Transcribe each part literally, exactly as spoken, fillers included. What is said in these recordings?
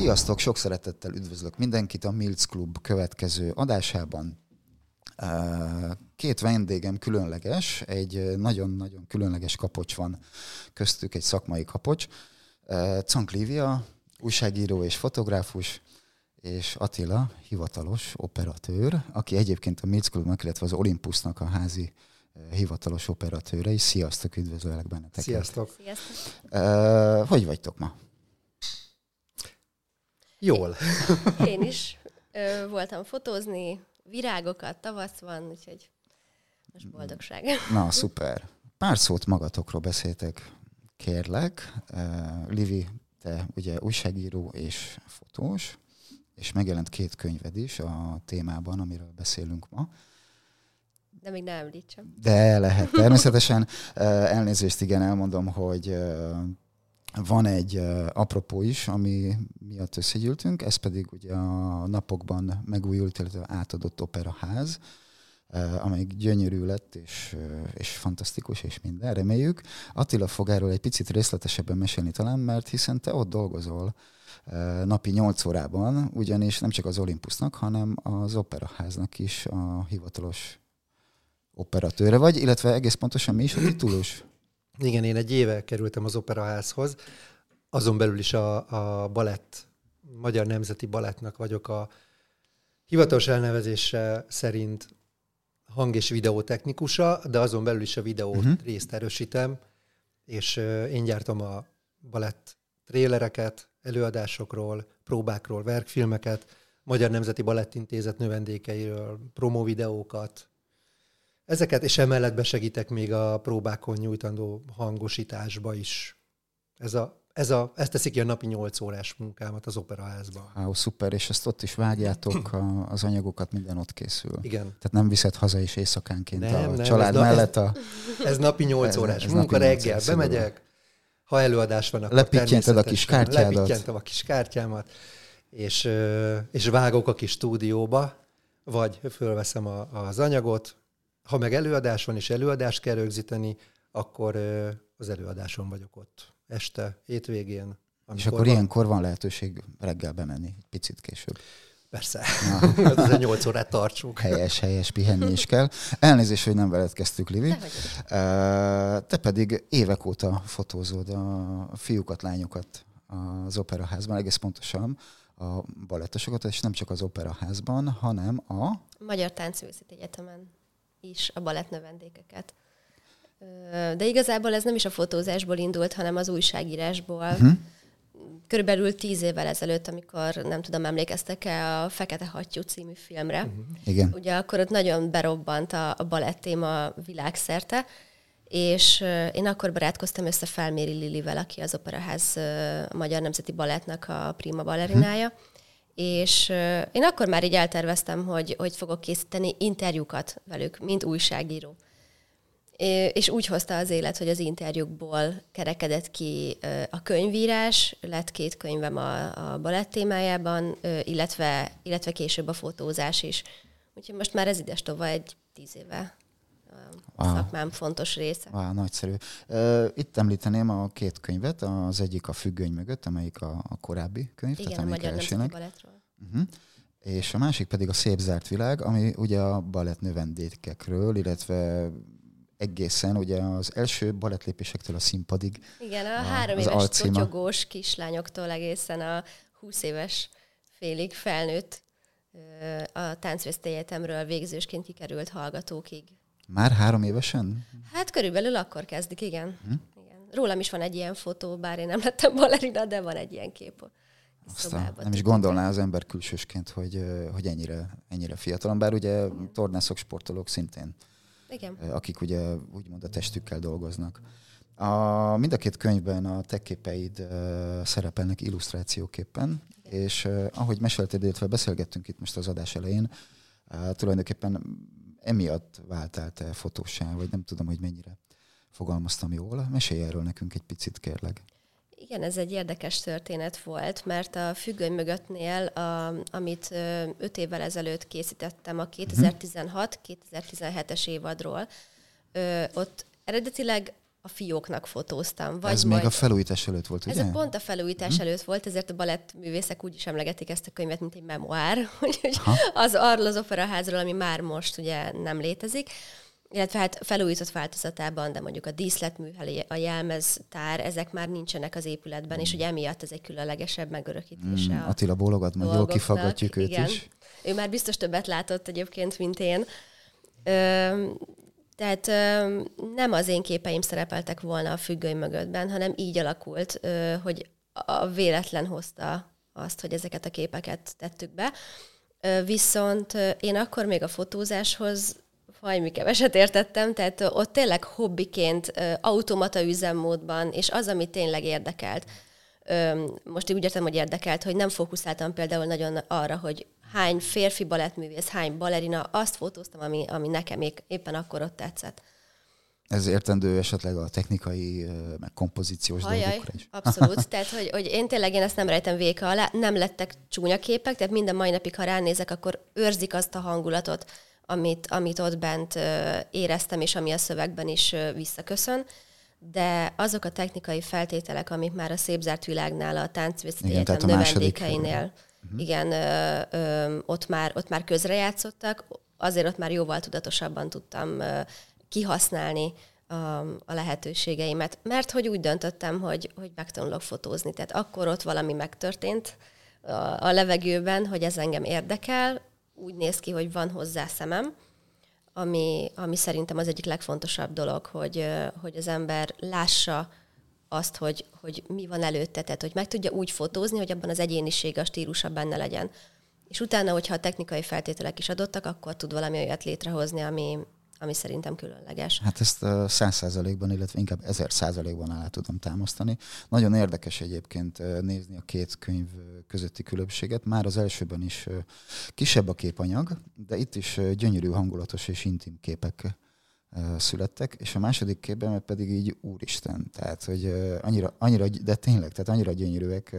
Sziasztok, sok szeretettel üdvözlök mindenkit a Milc Klub következő adásában. Két vendégem különleges, egy nagyon-nagyon különleges kapocs van köztük, egy szakmai kapocs. Czank Lívia, újságíró és fotográfus, és Attila, hivatalos operatőr, aki egyébként a Milc Klubnak, illetve az Olympusnak a házi hivatalos operatőre is. Sziasztok, üdvözöllek benneteket. Sziasztok. Sziasztok. Uh, hogy vagytok ma? Jól. Én is ö, voltam fotózni, virágokat, tavasz van, úgyhogy most boldogság. Na, szuper. Pár szót magatokról beszéltek, kérlek. Uh, Livi, te ugye újságíró és fotós, és megjelent két könyved is a témában, amiről beszélünk ma. De még nem említsem. De lehet, természetesen. Elnézést, igen, elmondom, hogy van egy apropó is, ami miatt összegyűltünk, ez pedig ugye a napokban megújult, illetve átadott operaház, amelyik gyönyörű lett, és, és fantasztikus, és minden, reméljük. Attila fog erről egy picit részletesebben mesélni talán, mert hiszen te ott dolgozol napi nyolc órában, ugyanis nem csak az Olympusnak, hanem az operaháznak is a hivatalos operatőre vagy, illetve egész pontosan mi is a titulus? Igen, én egy éve kerültem az operaházhoz, azon belül is a, a balett, Magyar Nemzeti Balettnak vagyok a hivatalos elnevezése szerint hang- és videótechnikusa, de azon belül is a videó uh-huh. részt erősítem, és uh, én gyártom a balett trélereket, előadásokról, próbákról, verkfilmeket, Magyar Nemzeti Balettintézet növendékeiről, promóvideókat. Ezeket, és emellett besegítek még a próbákon nyújtandó hangosításba is. Ez a, ez a, ezt teszik ki a napi nyolc órás munkámat az operaházban. Á, szuper, és ezt ott is vágjátok, a, az anyagokat, minden ott készül. Igen. Tehát nem viszed haza is éjszakánként nem, a nem, család ez mellett a... Ez, ez napi nyolc órás ez, ez munka, reggel bemegyek, ha előadás van, akkor lepittyented a kis kártyádat. Lepittyeltem a kis kártyámat, és, és vágok a kis stúdióba, vagy fölveszem a, az anyagot. Ha meg előadás van, és előadást kell rögzíteni, akkor az előadáson vagyok ott. Este, hétvégén. És akkor van. Ilyenkor van lehetőség reggel bemenni, egy picit később. Persze. Ez a nyolc órát tartsuk. Helyes, helyes, pihenni is kell. Elnézést, hogy nem veled kezdtük, Livi. Te pedig évek óta fotózod a fiúkat, lányokat az operaházban, egész pontosan a balettosokat, és nem csak az operaházban, hanem a... Magyar Táncművészeti Egyetemen is a balett növendékeket. De igazából ez nem is a fotózásból indult, hanem az újságírásból. Uh-huh. Körülbelül tíz évvel ezelőtt, amikor, nem tudom, emlékeztek-e a Fekete Hattyú című filmre. Uh-huh. Igen. Ugye akkor ott nagyon berobbant a, a balett téma világszerte, és én akkor barátkoztam össze Felméri Lilivel, aki az Operaház a Magyar Nemzeti Balettnak a prima ballerinája. Uh-huh. És én akkor már így elterveztem, hogy, hogy fogok készíteni interjúkat velük, mint újságíró. És úgy hozta az élet, hogy az interjúkból kerekedett ki a könyvírás, lett két könyvem a, a balett témájában, illetve, illetve később a fotózás is. Úgyhogy most már ez idestova egy tíz éve a wow. szakmám fontos része. Wow, nagyszerű. Itt említeném a két könyvet, az egyik a Függöny mögött, amelyik a, a korábbi könyv. Igen, tehát a Magyar Nemzeti Balettról. Uh-huh. És a másik pedig a Szép zárt világ, ami ugye a balett növendékekről, illetve egészen ugye az első balettlépésektől a színpadig. Igen, a, a három éves totyogós kislányoktól egészen a húsz éves félig felnőtt a Táncművészeti Egyetemről végzősként kikerült hallgatókig. Már három évesen? Hát körülbelül akkor kezdik, igen. Hm? igen. Rólam is van egy ilyen fotó, bár én nem lettem ballerina, de van egy ilyen kép. Aztán nem is gondolná az ember külsősként, hogy, hogy ennyire, ennyire fiatalon, bár ugye igen. tornászok, sportolók szintén, igen. akik ugye úgymond a testükkel dolgoznak. A, mind a két könyvben a te képeid uh, szerepelnek illusztrációképpen, igen. és uh, ahogy mesélted, illetve beszélgettünk itt most az adás elején, uh, tulajdonképpen emiatt váltál te fotósá, vagy nem tudom, hogy mennyire fogalmaztam jól. Mesélj erről nekünk egy picit, kérlek. Igen, ez egy érdekes történet volt, mert a Függöny mögöttnél, a, amit öt évvel ezelőtt készítettem a kétezer-tizenhat kétezer-tizenhetes évadról, ö, ott eredetileg a fióknak fotóztam. Vagy ez majd... még a felújítás előtt volt, ugye? Ez pont a felújítás hmm. előtt volt, ezért a balettművészek úgy is emlegetik ezt a könyvet, mint egy memoár, hogy az arról az operaházról, ami már most ugye nem létezik, illetve hát felújított változatában, de mondjuk a díszletműhely, a jelmeztár, ezek már nincsenek az épületben, hmm. és ugye emiatt ez egy különlegesebb megörökítése. Hmm. Attila bólogat, majd jól kifaggatjuk őt igen. is. Ő már biztos többet látott egyébként, mint én. Ö, tehát ö, nem az én képeim szerepeltek volna a függöny mögöttben, hanem így alakult, ö, hogy a véletlen hozta azt, hogy ezeket a képeket tettük be. Ö, viszont ö, én akkor még a fotózáshoz valami keveset értettem, tehát ö, ott tényleg hobbiként, ö, automata üzemmódban, és az, ami tényleg érdekelt. Ö, most úgy értem, hogy érdekelt, hogy nem fókuszáltam például nagyon arra, hogy hány férfi balettművész, hány balerina, azt fotóztam, ami, ami nekem éppen akkor ott tetszett. Ez értendő esetleg a technikai, meg kompozíciós Hajjaj, dolgokra is? Abszolút. Tehát, hogy, hogy én tényleg én ezt nem rejtem véka alá, nem lettek csúnya képek, tehát minden mai napig, ha ránézek, akkor őrzik azt a hangulatot, amit, amit ott bent éreztem, és ami a szövegben is visszaköszön. De azok a technikai feltételek, amik már a Szépzárt Világnál, a Táncművészeti Egyetem növendékeinél, uh-huh. igen, ö, ö, ott, már, ott már közrejátszottak, azért ott már jóval tudatosabban tudtam ö, kihasználni a, a lehetőségeimet. Mert hogy úgy döntöttem, hogy, hogy megtanulok fotózni. Tehát akkor ott valami megtörtént a, a levegőben, hogy ez engem érdekel, úgy néz ki, hogy van hozzá szemem, ami, ami szerintem az egyik legfontosabb dolog, hogy, hogy az ember lássa azt, hogy, hogy mi van előtte, tehát hogy meg tudja úgy fotózni, hogy abban az egyénisége, a stílusa benne legyen. És utána, hogyha a technikai feltételek is adottak, akkor tud valami olyat létrehozni, ami, ami szerintem különleges. Hát ezt száz százalékban, illetve inkább ezer százalékban alá tudom támasztani. Nagyon érdekes egyébként nézni a két könyv közötti különbséget. Már az elsőben is kisebb a képanyag, de itt is gyönyörű, hangulatos és intim képek születtek, és a második képben pedig így úristen, tehát hogy annyira, annyira, de tényleg, tehát annyira gyönyörűek,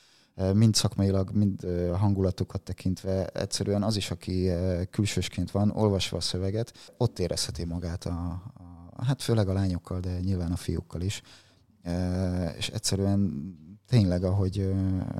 mind szakmailag, mind a hangulatukat tekintve, egyszerűen az is, aki külsősként van, olvasva a szöveget, ott érezheti magát, a, a, hát főleg a lányokkal, de nyilván a fiúkkal is. És egyszerűen tényleg, ahogy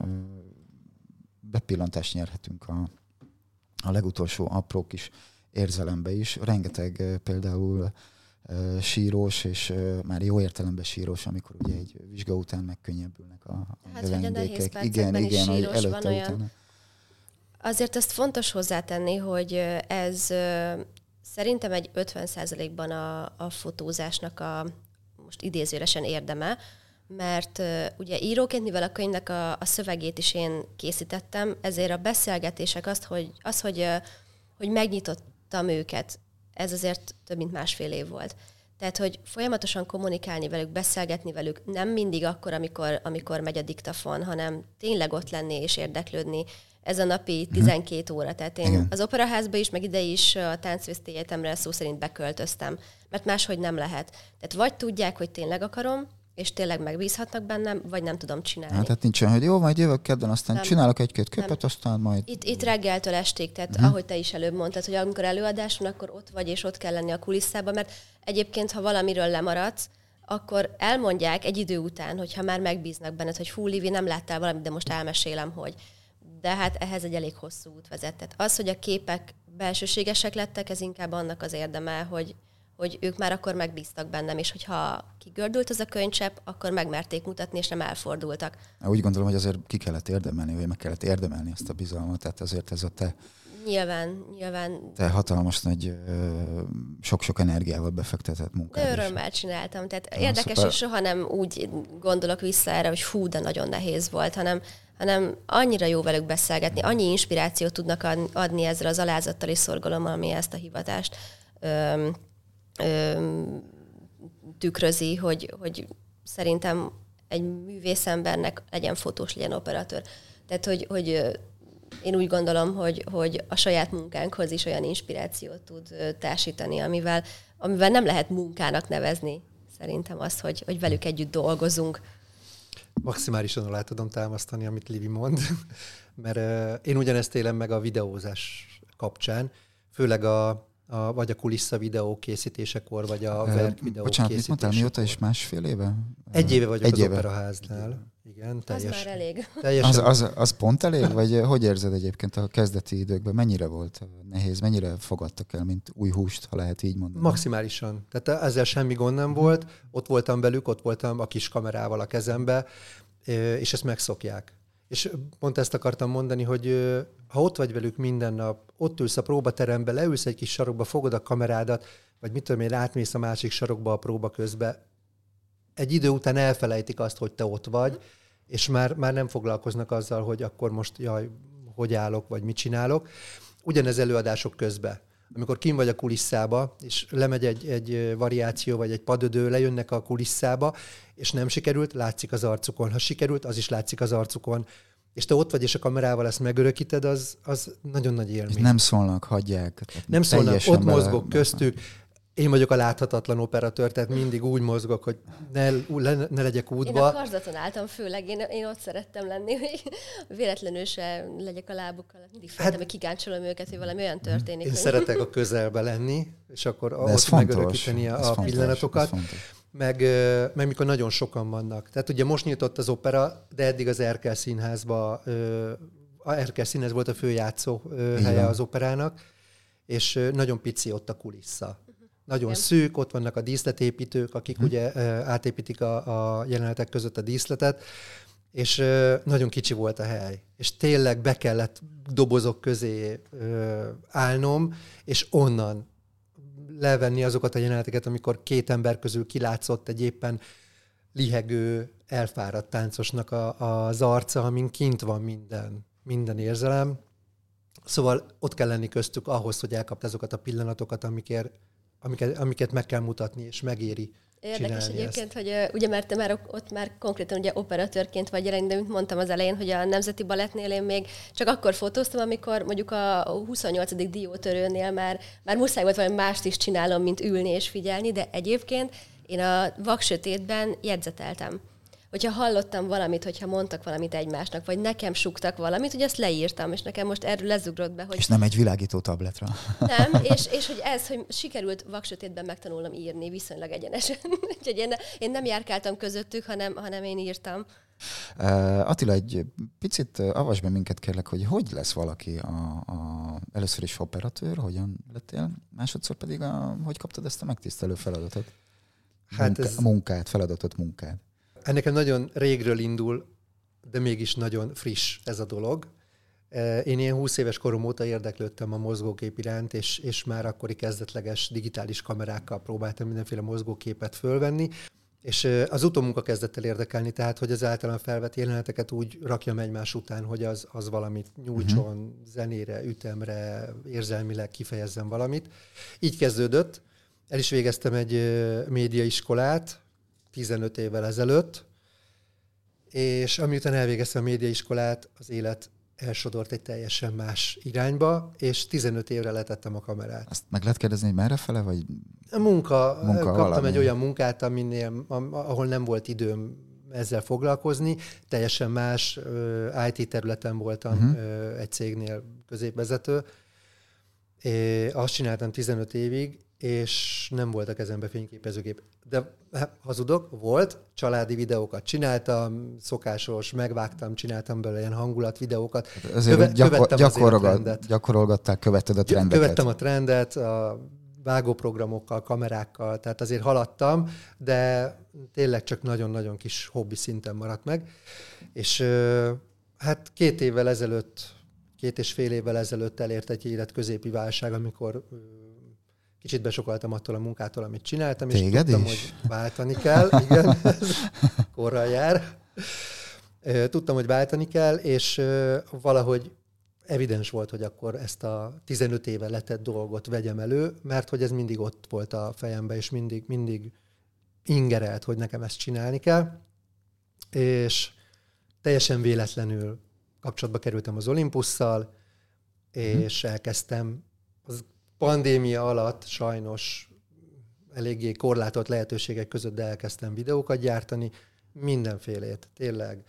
bepillantást nyerhetünk a, a legutolsó apró kis érzelembe is. Rengeteg például Uh, sírós, és uh, már jó értelemben sírós, amikor ugye egy vizsga után megkönnyebbülnek a, a hát, növendékek. Igen, igen, hogy előtte, olyan... utána. Azért ezt fontos hozzátenni, hogy ez uh, szerintem egy ötven százalékban a, a fotózásnak a most idézőresen érdeme, mert uh, ugye íróként, mivel a könyvnek a, a szövegét is én készítettem, ezért a beszélgetések azt, hogy, az, hogy, uh, hogy megnyitottam őket, ez azért több mint másfél év volt. Tehát, hogy folyamatosan kommunikálni velük, beszélgetni velük, nem mindig akkor, amikor, amikor megy a diktafon, hanem tényleg ott lenni és érdeklődni. Ez a napi tizenkét óra. Tehát én igen. az operaházba is, meg ide is a Táncművészeti Egyetemre szó szerint beköltöztem, mert máshogy nem lehet. Tehát vagy tudják, hogy tényleg akarom, és tényleg megbízhatnak bennem, vagy nem tudom csinálni. Hát, tehát nincsen, hogy jó, majd jövök kedden, aztán nem. csinálok egy-két képet, nem. aztán majd... Itt, itt reggeltől estig, tehát uh-huh. ahogy te is előbb mondtad, hogy amikor előadás van, akkor ott vagy, és ott kell lenni a kulisszában, mert egyébként, ha valamiről lemaradsz, akkor elmondják egy idő után, hogyha már megbíznak benned, hogy hú, Livi, nem láttál valamit, de most elmesélem, hogy. De hát ehhez egy elég hosszú út vezet. Az, hogy a képek belsőségesek lettek, ez inkább annak az érdeme, hogy hogy ők már akkor megbíztak bennem, és hogyha kigördült az a könycsepp, akkor megmerték mutatni, és nem elfordultak. Úgy gondolom, hogy azért ki kellett érdemelni, vagy meg kellett érdemelni ezt a bizalmat, tehát azért ez a te... Nyilván, nyilván. Te hatalmas nagy, sok-sok energiával befektetett munkád. De örömmel csináltam, tehát ja, érdekes, szuper. És soha nem úgy gondolok vissza erre, hogy hú, de nagyon nehéz volt, hanem, hanem annyira jó velük beszélgetni, annyi inspirációt tudnak adni ezzel az alázattal és szorgalommal, ami ezt a hivatást öm, öm, tükrözi, hogy, hogy szerintem egy művészembernek legyen fotós, legyen operatőr. Tehát, hogy, hogy én úgy gondolom, hogy, hogy a saját munkánkhoz is olyan inspirációt tud társítani, amivel, amivel nem lehet munkának nevezni. Szerintem azt, hogy, hogy velük együtt dolgozunk. Maximálisan alá tudom támasztani, amit Livi mond, mert uh, én ugyanezt élem meg a videózás kapcsán, főleg a, a, vagy a kulissza videó készítésekor, vagy a verk videó Bocsánat, mit mondtál, mióta is másfél éve? Egy éve vagyok Egy az éve. Operaháznál. Igen, teljes, az már elég. Teljesen. Az, az, az pont elég? Vagy hogy érzed egyébként a kezdeti időkben? Mennyire volt nehéz? Mennyire fogadtak el, mint új húst, ha lehet így mondani? Maximálisan. Tehát ezzel semmi gond nem volt. Ott voltam velük, ott voltam a kis kamerával a kezembe, és ezt megszokják. És pont ezt akartam mondani, hogy ha ott vagy velük minden nap, ott ülsz a próbaterembe, leülsz egy kis sarokba, fogod a kamerádat, vagy mit tudom én, átmész a másik sarokba a próba közbe, egy idő után elfelejtik azt, hogy te ott vagy, és már, már nem foglalkoznak azzal, hogy akkor most jaj, hogy állok, vagy mit csinálok. Ugyanez előadások közben. Amikor kim vagy a kulisszába, és lemegy egy, egy variáció, vagy egy padödő, lejönnek a kulisszába, és nem sikerült, látszik az arcukon. Ha sikerült, az is látszik az arcukon. És te ott vagy, és a kamerával ezt megörökíted, az, az nagyon nagy élmény. És nem szólnak, hagyják. Nem szólnak, ott mozgok köztük. Én vagyok a láthatatlan operatőr, tehát mindig úgy mozgok, hogy ne, ne legyek útba. Én a karzaton álltam főleg, én, én ott szerettem lenni, hogy véletlenül se legyek a lábukkal. Mindig féltem, hát, hogy kigáncsolom őket, hogy valami olyan történik. Én hogy... szeretek a közelbe lenni, és akkor ott fontos, megörökíteni a fontos, pillanatokat. Meg, meg mikor nagyon sokan vannak. Tehát ugye most nyitott az opera, de eddig az Erkel Színházba, a Erkel Színház volt a főjátszó helye az operának, és nagyon pici ott a kulissza. Nagyon igen. Szűk, ott vannak a díszletépítők, akik hm. ugye átépítik a, a jelenetek között a díszletet, és nagyon kicsi volt a hely. És tényleg be kellett dobozok közé állnom, és onnan levenni azokat a jeleneteket, amikor két ember közül kilátszott egy éppen lihegő, elfáradt táncosnak a, az arca, amin kint van minden, minden érzelem. Szóval ott kell lenni köztük ahhoz, hogy elkapd azokat a pillanatokat, amikért Amiket, amiket meg kell mutatni, és megéri Érdekes csinálni egyébként, ezt. hogy uh, ugye mert te már ott már konkrétan ugye operatőrként vagy jelen, de mint mondtam az elején, hogy a Nemzeti Balettnél én még csak akkor fotóztam, amikor mondjuk a huszonnyolcadik diótörőnél már, már muszáj volt valami mást is csinálnom, mint ülni és figyelni, de egyébként én a vaksötétben jegyzeteltem. Hogyha hallottam valamit, hogyha mondtak valamit egymásnak, vagy nekem suktak valamit, hogy azt leírtam, és nekem most erről lezugrott be, hogy... És nem egy világító tabletra. Nem, és, és hogy ez, hogy sikerült vaksötétben megtanulnom írni viszonylag egyenesen. Úgyhogy én, én nem járkáltam közöttük, hanem, hanem én írtam. Uh, Attila, egy picit avasd be minket kérlek, hogy hogy lesz valaki a, a, először is operatőr, hogyan lettél, másodszor pedig a, hogy kaptad ezt a megtisztelő feladatot? Hát Munka, ez... Munkát, feladatot, munkát. Ennek nagyon régről indul, de mégis nagyon friss ez a dolog. Én ilyen húsz éves korom óta érdeklődtem a mozgókép iránt, és, és már akkori kezdetleges digitális kamerákkal próbáltam mindenféle mozgóképet fölvenni, és az utómunka kezdett el érdekelni, tehát hogy az általán felvett jeleneteket úgy rakjam egymás után, hogy az, az valamit nyújtson, uh-huh. zenére, ütemre, érzelmileg kifejezzen valamit. Így kezdődött. El is végeztem egy médiaiskolát, tizenöt évvel ezelőtt, és amiután elvégeztem a médiaiskolát, az élet elsodort egy teljesen más irányba, és tizenöt évre letettem a kamerát. Azt meg lehet kérdezni, hogy merre fele, vagy a munka, munka kaptam valami. Egy olyan munkát, aminél, ahol nem volt időm ezzel foglalkozni, teljesen más í té területen voltam uh-huh. egy cégnél középvezető. É, azt csináltam tizenöt évig, és nem volt a kezembe fényképezőgép. De hazudok, volt, családi videókat csináltam, szokásos, megvágtam, csináltam belőle ilyen hangulatvideókat. Ezért Köve, gyakor, gyakorolgat, gyakorolgattál, követted a trendeket. Követtem a trendet, a vágóprogramokkal, kamerákkal, tehát azért haladtam, de tényleg csak nagyon-nagyon kis hobbi szinten maradt meg. És hát két évvel ezelőtt, két és fél évvel ezelőtt elért egy életközépi válság, amikor kicsit besokaltam attól a munkától, amit csináltam, és Téged tudtam, is? hogy váltani kell. Igen, ez korral jár. Tudtam, hogy váltani kell, és valahogy evidens volt, hogy akkor ezt a tizenöt éve letett dolgot vegyem elő, mert hogy ez mindig ott volt a fejemben, és mindig, mindig ingerelt, hogy nekem ezt csinálni kell. És teljesen véletlenül kapcsolatba kerültem az Olympusszal, és hmm. elkezdtem az pandémia alatt sajnos eléggé korlátolt lehetőségek között, de elkezdtem videókat gyártani, mindenfélét, tényleg.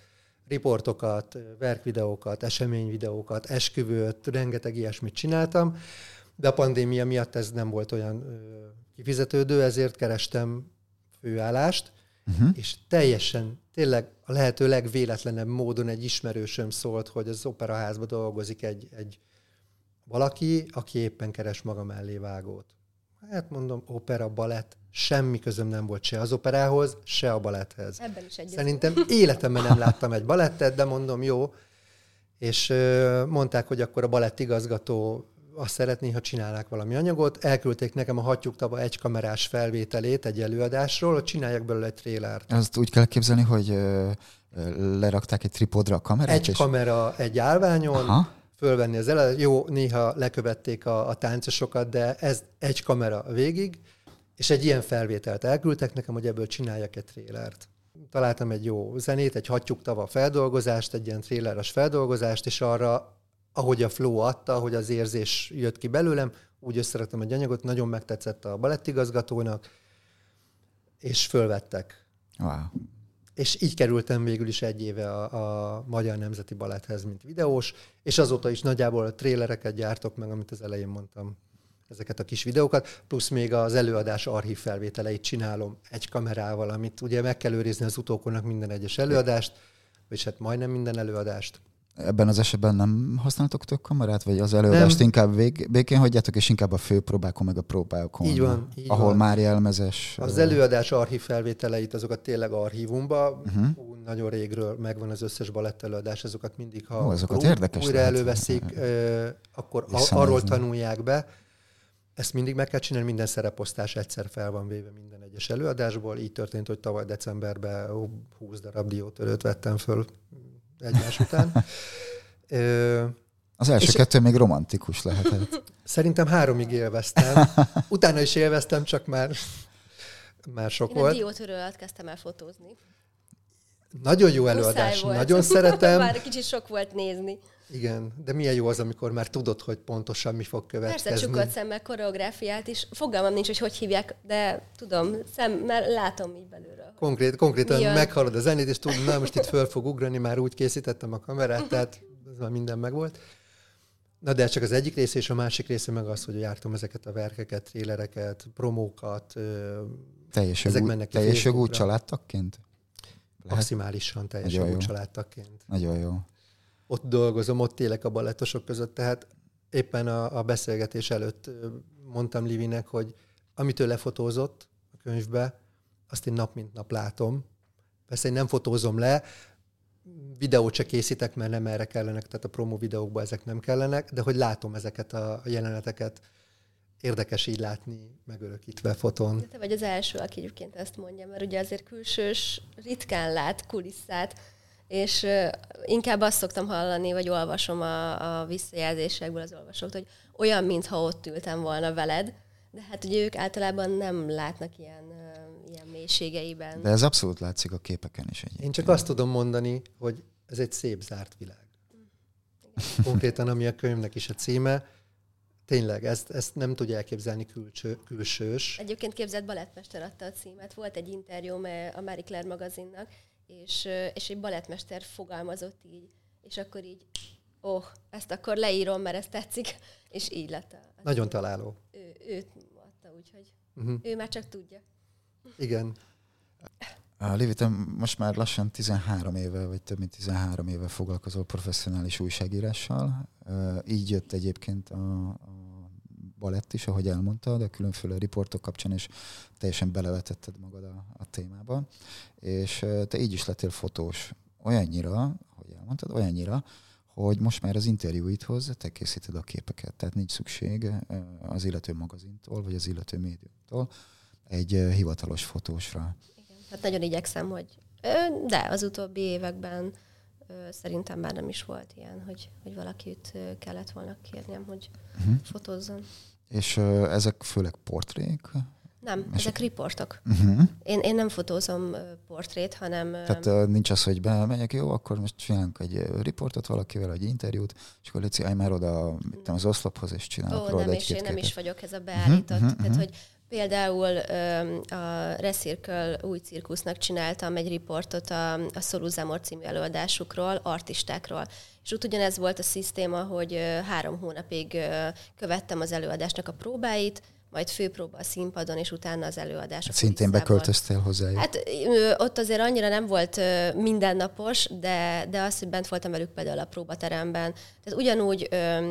Riportokat, verkvideókat, eseményvideókat, esküvőt, rengeteg ilyesmit csináltam, de a pandémia miatt ez nem volt olyan ö, kifizetődő, ezért kerestem főállást, uh-huh. és teljesen, tényleg a lehető legvéletlenebb módon egy ismerősöm szólt, hogy az operaházban dolgozik egy, egy valaki, aki éppen keres maga mellé vágót. Hát mondom, opera, balett, semmi közöm nem volt se az operához, se a baletthez. Ebben is egyetlen. Szerintem életemben nem láttam egy balettet, de mondom, jó. És ö, mondták, hogy akkor a balettigazgató azt szeretné, ha csinálnák valami anyagot. Elküldték nekem a Hattyúk tava egykamerás felvételét egy előadásról, hogy csináljak belőle egy trélert. Azt úgy kell képzelni, hogy ö, ö, lerakták egy tripodra a kamerát? Egy és... kamera egy állványon, Aha. fölvenni az előadást. Jó, néha lekövették a, a táncosokat, de ez egy kamera végig, és egy ilyen felvételt elküldtek nekem, hogy ebből csináljak egy trélert. Találtam egy jó zenét, egy Hattyúk tava feldolgozást, egy ilyen tréleres feldolgozást, és arra, ahogy a flow adta, ahogy az érzés jött ki belőlem, úgy összeraktam egy anyagot, nagyon megtetszett a balettigazgatónak, és fölvettek. Wow. És így kerültem végül is egy éve a, a Magyar Nemzeti Baletthez, mint videós, és azóta is nagyjából a trélereket gyártok meg, amit az elején mondtam, ezeket a kis videókat, plusz még az előadás archív felvételeit csinálom egy kamerával, amit ugye meg kell őrizni az utókornak minden egyes előadást, vagy hát majdnem minden előadást. Ebben az esetben nem használtok több kamerát, vagy az előadást nem. inkább vég, végén hagyjátok, és inkább a főpróbákon, meg a próbákon? Így van. Így ahol van. már jelmezes. Az előadás archív felvételeit, azokat tényleg archívumba, uh-huh. Ú, nagyon régről megvan az összes balett előadás, azokat mindig, ha Ó, azokat érdekes újra lehet. előveszik, akkor arról tanulják be. Ezt mindig meg kell csinálni, minden szereposztás egyszer fel van véve minden egyes előadásból. Így történt, hogy tavaly decemberben húsz darab diótörőt vettem föl egymás után. Ö, az első kettő még romantikus lehetett. Szerintem háromig élveztem. Utána is élveztem, csak már, már sok Én volt. Én a diótörő alatt kezdtem el fotózni. Nagyon jó előadás, volt. Nagyon szeretem. Már kicsit sok volt nézni. Igen, de milyen jó az, amikor már tudod, hogy pontosan mi fog következni. Persze csukott szemmel koreográfiát is. Fogalmam nincs, hogy hogy hívják, de tudom, szem, mert látom így belülről. Konkrét, konkrétan Milyen? meghallod a zenét, és tudod, na most itt föl fog ugrani, már úgy készítettem a kamerát, tehát ez már minden megvolt. Na de ez csak az egyik része, és a másik része meg az, hogy jártam ezeket a verkeket, trélereket, promókat. Teljes ezek jogú, mennek ki teljes jogú Facebookra. családtagként? Lehet? Maximálisan teljes Nagyon jogú jó. családtagként. Nagyon jó. Ott dolgozom, ott élek a balettosok között, tehát éppen a, a beszélgetés előtt mondtam Livinek, hogy amit ő lefotózott a könyvbe, azt én nap mint nap látom. Persze én nem fotózom le, videót se készítek, mert nem erre kellenek, tehát a promo videókban ezek nem kellenek, de hogy látom ezeket a jeleneteket, érdekes így látni, megörökítve fotón. De te vagy az első, aki egyébként ezt mondja, mert ugye azért külsős ritkán lát kulisszát, és uh, inkább azt szoktam hallani, vagy olvasom a, a visszajelzésekből az olvasóktól, hogy olyan, mintha ott ültem volna veled, de hát ugye ők általában nem látnak ilyen, uh, ilyen mélységeiben. De ez abszolút látszik a képeken is egyébként. Én csak azt tudom mondani, hogy ez egy szép zárt világ. Konkrétan, ami a könyvnek is a címe, tényleg, ezt, ezt nem tudja elképzelni külső, külsős. Egyébként képzett balettmester adta a címet. Volt egy interjúm a Marie Claire magazinnak, és, és egy balettmester fogalmazott így, és akkor így, ó, oh, ezt akkor leírom, mert ez tetszik, és így lett. A, Nagyon találó. Ő, őt adta, úgyhogy uh-huh. ő már csak tudja. Igen. Livi, te most már lassan tizenhárom éve, vagy több mint tizenhárom éve foglalkozol professzionális újságírással. Így jött egyébként a, a balett is, ahogy elmondtad, a különféle riportok kapcsán, és teljesen belevetetted magad a, a témába. És te így is lettél fotós. Olyannyira, ahogy elmondtad, olyannyira, hogy most már az interjúidhoz te készíted a képeket. Tehát nincs szükség az illető magazintól, vagy az illető médiumtól egy hivatalos fotósra. Hát nagyon igyekszem, hogy de az utóbbi években szerintem már nem is volt ilyen, hogy, hogy valakit kellett volna kérnem, hogy uh-huh. fotózzon. És uh, ezek főleg portrék? Nem, és ezek riportok. Uh-huh. Én, én nem fotózom portrét, hanem... Tehát uh, nincs az, hogy bemegyek, jó, akkor most csinálunk egy riportot valakivel, egy interjút, és akkor légy, állj már oda mit tudom, az oszlophoz, és csinálok Ó, róla nem, egy és két én nem képet. is vagyok ez a beállított. Uh-huh, uh-huh, Tehát, hogy Például a Recircle új cirkusznak csináltam egy riportot a, a Szorúzámor című előadásukról, artistákról. És úgy ugyanez volt a szisztéma, hogy három hónapig követtem az előadásnak a próbáit, majd főpróba a színpadon, és utána az előadás. Hát szintén beköltöztél hozzájuk. Hát ott azért annyira nem volt mindennapos, de, de az, hogy bent voltam velük például a próbateremben. Tehát ugyanúgy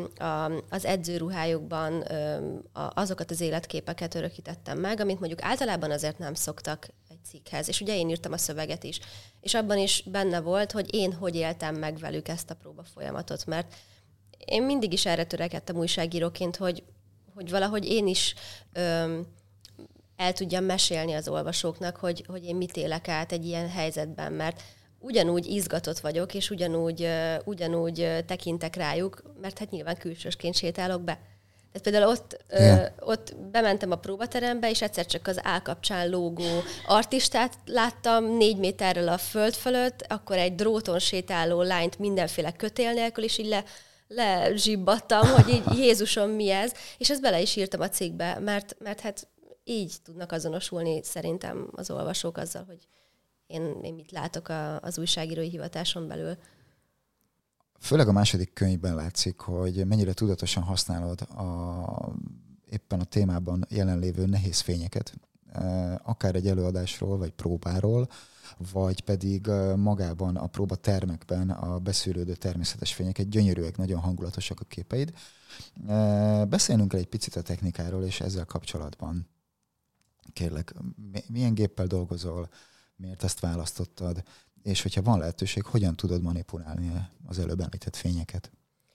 az edzőruhájukban azokat az életképeket örökítettem meg, amit mondjuk általában azért nem szoktak egy cikkhez. És ugye én írtam a szöveget is. És abban is benne volt, hogy én hogy éltem meg velük ezt a próba folyamatot, mert én mindig is erre törekedtem újságíróként, hogy hogy valahogy én is öm, el tudjam mesélni az olvasóknak, hogy, hogy én mit élek át egy ilyen helyzetben, mert ugyanúgy izgatott vagyok, és ugyanúgy, uh, ugyanúgy uh, tekintek rájuk, mert hát nyilván külsősként sétálok be. Tehát például ott, yeah. uh, ott bementem a próbaterembe, és egyszer csak az állkapcsán lógó artistát láttam négy méterrel a föld fölött, akkor egy dróton sétáló lányt mindenféle kötél nélkül, és így le lezsibbattam, hogy így Jézusom, mi ez, és ezt bele is írtam a cikkbe, mert, mert hát így tudnak azonosulni szerintem az olvasók azzal, hogy én, én mit látok a, az újságírói hivatáson belül. Főleg a második könyvben látszik, hogy mennyire tudatosan használod a, éppen a témában jelenlévő nehéz fényeket, akár egy előadásról, vagy próbáról, vagy pedig magában a próbatermekben a beszűrődő természetes fényeket, gyönyörűek, nagyon hangulatosak a képeid. Beszélnünk el egy picit a technikáról, és ezzel kapcsolatban kérlek, milyen géppel dolgozol, miért ezt választottad, és hogyha van lehetőség, hogyan tudod manipulálni az előbb említett fényeket?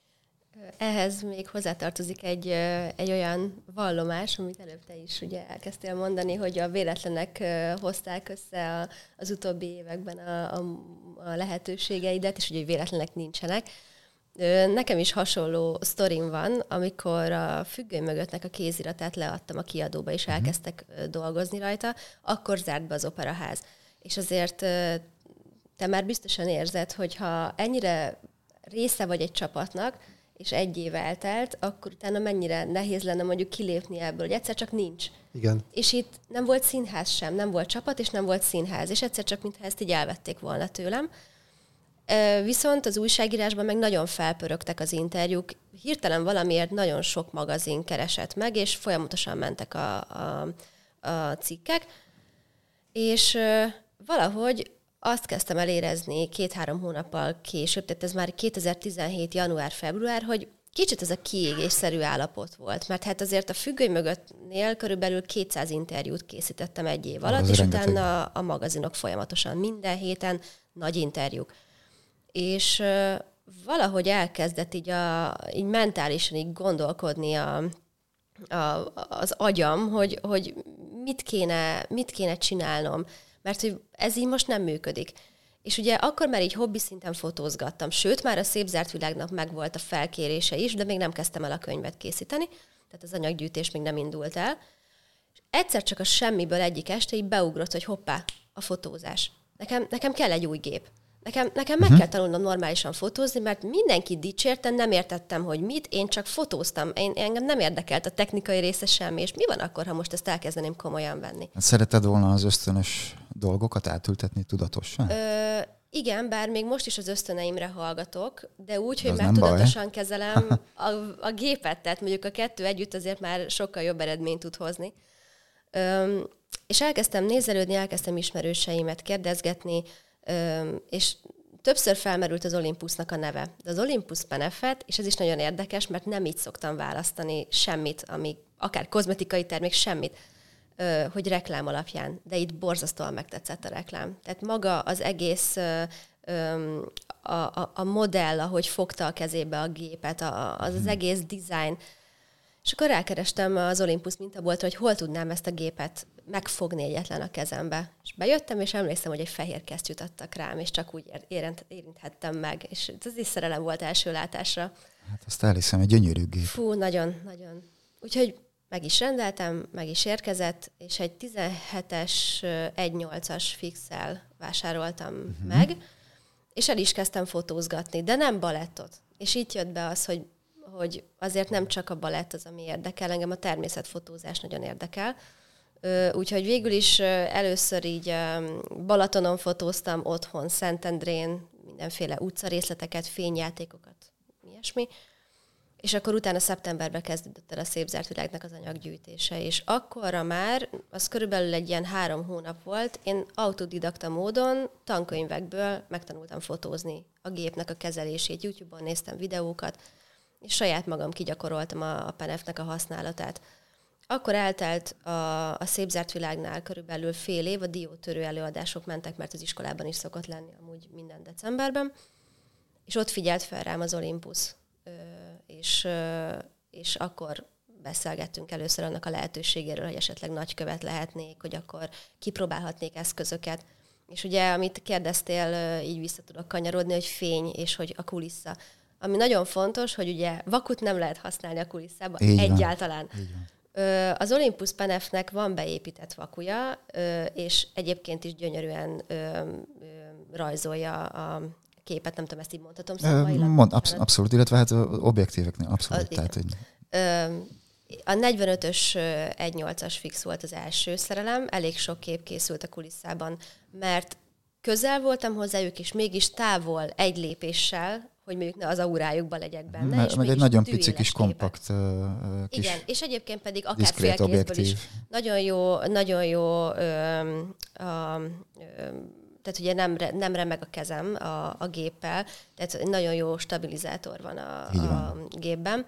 Ehhez még hozzátartozik egy, egy olyan vallomás, amit előbb te is ugye elkezdtél mondani, hogy a véletlenek hozták össze az utóbbi években a, a, a lehetőségeidet, és ugye véletlenek nincsenek. Nekem is hasonló sztorim van, amikor a Függöny mögöttnek a kéziratát leadtam a kiadóba, és elkezdtek dolgozni rajta, akkor zárt be az Operaház. És azért te már biztosan érzed, hogyha ennyire része vagy egy csapatnak, és egy év eltelt, akkor utána mennyire nehéz lenne mondjuk kilépni ebből, hogy egyszer csak nincs. Igen. És itt nem volt színház sem, nem volt csapat, és nem volt színház, és egyszer csak mintha ezt így elvették volna tőlem. Viszont az újságírásban meg nagyon felpörögtek az interjúk, hirtelen valamiért nagyon sok magazin keresett meg, és folyamatosan mentek a, a, a cikkek, és valahogy azt kezdtem el érezni két-három hónappal később, tehát ez már kétezer-tizenhét. január-február, hogy kicsit ez a kiégésszerű állapot volt, mert hát azért a Függöny mögöttnél körülbelül kétszáz interjút készítettem egy év alatt, és rengeteg. Utána a magazinok folyamatosan minden héten nagy interjúk. És uh, valahogy elkezdett így, a, így mentálisan így gondolkodni a, a, az agyam, hogy, hogy mit kéne, mit kéne csinálnom, mert hogy ez így most nem működik. És ugye akkor már így hobbi szinten fotózgattam, sőt, már a Szép zárt világnap megvolt a felkérése is, de még nem kezdtem el a könyvet készíteni, tehát az anyaggyűjtés még nem indult el. És egyszer csak a semmiből egyik este így beugrott, hogy hoppá, a fotózás. Nekem, nekem kell egy új gép. Nekem, nekem meg uh-huh. kell tanulnom normálisan fotózni, mert mindenki dicsérte, nem értettem, hogy mit, én csak fotóztam. Én, engem nem érdekelt a technikai része semmi, és mi van akkor, ha most ezt elkezdeném komolyan venni? Szereted volna az ösztönös dolgokat átültetni tudatosan? Ö, igen, bár még most is az ösztöneimre hallgatok, de úgy, hogy már tudatosan baj. kezelem a, a gépet, tehát mondjuk a kettő együtt azért már sokkal jobb eredményt tud hozni. Ö, és elkezdtem nézelődni, elkezdtem ismerőseimet kérdezgetni, Öm, és többször felmerült az Olympusnak a neve. De az Olympus Penefet, és ez is nagyon érdekes, mert nem így szoktam választani semmit, ami akár kozmetikai termék, semmit, ö, hogy reklám alapján. De itt borzasztóan megtetszett a reklám. Tehát maga az egész ö, ö, a, a, a modell, ahogy fogta a kezébe a gépet, a, az, az egész design. És akkor rákerestem az Olympus mintaboltra, hogy hol tudnám ezt a gépet megfogni egyetlen a kezembe. És bejöttem, és emlékszem, hogy egy fehér kesztyűt adtak rám, és csak úgy érint, érinthettem meg. És ez is szerelem volt első látásra. Hát azt elhiszem, egy gyönyörű gép. Fú, nagyon, nagyon. Úgyhogy meg is rendeltem, meg is érkezett, és egy tizenhetes egy nyolcas fixel vásároltam uh-huh. meg, és el is kezdtem fotózgatni, de nem balettot. És itt jött be az, hogy hogy azért nem csak a balett az, ami érdekel, engem a természetfotózás nagyon érdekel, Úgyhogy végül is először így Balatonon fotóztam, otthon, Szentendrén, mindenféle utcarészleteket, fényjátékokat, ilyesmi. És akkor utána szeptemberben kezdődött el a Szép zárt világnak az anyaggyűjtése, és akkorra már, az körülbelül egy ilyen három hónap volt, én autodidakta módon tankönyvekből megtanultam fotózni a gépnek a kezelését, YouTube-on néztem videókat, és saját magam kigyakoroltam a, a penefnek a használatát. Akkor eltelt a, a Szép zárt világnál körülbelül fél év, a diótörő előadások mentek, mert az iskolában is szokott lenni amúgy minden decemberben, és ott figyelt fel rám az Olympus, és, és akkor beszélgettünk először annak a lehetőségéről, hogy esetleg nagykövet lehetnék, hogy akkor kipróbálhatnék eszközöket. És ugye, amit kérdeztél, így vissza tudok kanyarodni, hogy fény és hogy a kulissza. Ami nagyon fontos, hogy ugye vakut nem lehet használni a kulisszában így egyáltalán. Van, így van. Az Olympus Penefnek van beépített vakuja, és egyébként is gyönyörűen rajzolja a képet, nem tudom, ezt így mondhatom szakmailag. Mond, absz- abszolút, illetve hát objektíveknél abszolút. A, tehát, hogy... a negyvenötös egy nyolcas fix volt az első szerelem, elég sok kép készült a kulisszában, mert közel voltam hozzájuk, és mégis távol egy lépéssel, hogy mondjuk ne az aurájukban legyek benne. Meg, és meg egy nagyon pici kis kompakt uh, kis igen, és egyébként pedig akár félkézből is nagyon jó, nagyon jó ö, a, ö, tehát ugye nem, nem remeg a kezem a, a géppel, tehát nagyon jó stabilizátor van a, a gépben.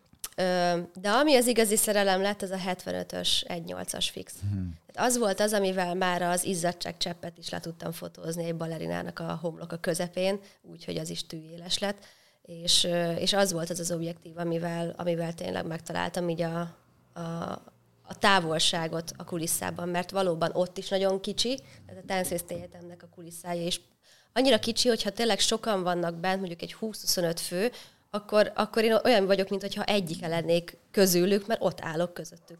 De ami az igazi szerelem lett, az a hetvenötös egy nyolcas fix. Hmm. Az volt az, amivel már az izzadságcseppet is le tudtam fotózni egy balerinának a homloka közepén, úgyhogy az is tűéles lett. És, és az volt az az objektív, amivel, amivel tényleg megtaláltam így a, a, a távolságot a kulisszában, mert valóban ott is nagyon kicsi, tehát a Táncészti Egyetemnek a kulisszája is annyira kicsi, hogyha tényleg sokan vannak bent, mondjuk egy húsz-huszonöt fő, akkor, akkor én olyan vagyok, mintha egyike lennék közülük, mert ott állok közöttük.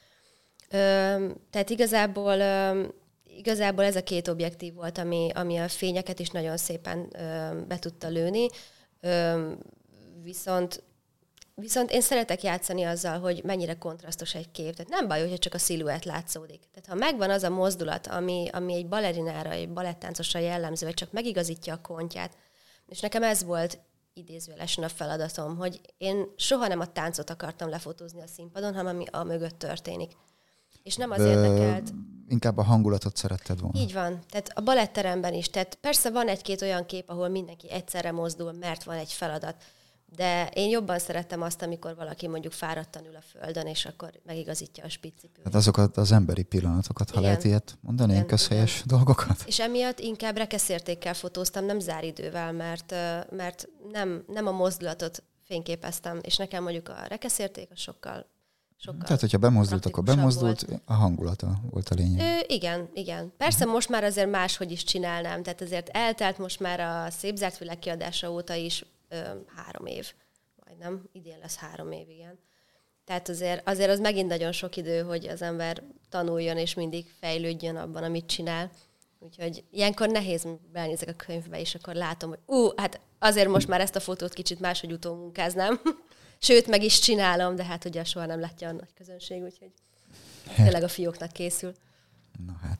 Ö, tehát igazából, ö, igazából ez a két objektív volt, ami, ami a fényeket is nagyon szépen ö, be tudta lőni. Ö, viszont, viszont én szeretek játszani azzal, hogy mennyire kontrasztos egy kép. Tehát nem baj, hogyha csak a sziluett látszódik. Tehát ha megvan az a mozdulat, ami, ami egy balerinára, egy balettáncosra jellemző, vagy csak megigazítja a kontját. És nekem ez volt idézőjelesen a feladatom, hogy én soha nem a táncot akartam lefotózni a színpadon, hanem ami a mögött történik. És nem az érdekelt. Inkább a hangulatot szeretted volna. Így van. Tehát a baletteremben is. Tehát persze van egy-két olyan kép, ahol mindenki egyszerre mozdul, mert van egy feladat. De én jobban szerettem azt, amikor valaki mondjuk fáradtan ül a földön, és akkor megigazítja a spiccipőt. Hát azokat az emberi pillanatokat, ha igen. lehet ilyet mondani, igen, ilyen közhelyes igen. dolgokat. És emiatt inkább rekeszértékkel fotóztam, nem záridővel, mert, mert nem, nem a mozdulatot fényképeztem, és nekem mondjuk a rekeszérték a sokkal, sokkal Tehát, hogyha bemozdult, akkor bemozdult, volt. A hangulata volt a lényeg. Ö, igen, igen. Persze uh-huh. most már azért máshogy is csinálnám, tehát azért eltelt most már a Szép zárt világ kiadása óta is ö, három év, majdnem, idén lesz három év, igen. Tehát azért, azért az megint nagyon sok idő, hogy az ember tanuljon és mindig fejlődjön abban, amit csinál. Úgyhogy ilyenkor nehéz, belenézek a könyvbe, és akkor látom, hogy ú, hát azért most már ezt a fotót kicsit máshogy utómunkáznám. Sőt, meg is csinálom, de hát ugye soha nem látja a nagy közönség, úgyhogy tényleg a fióknak készül. Na hát.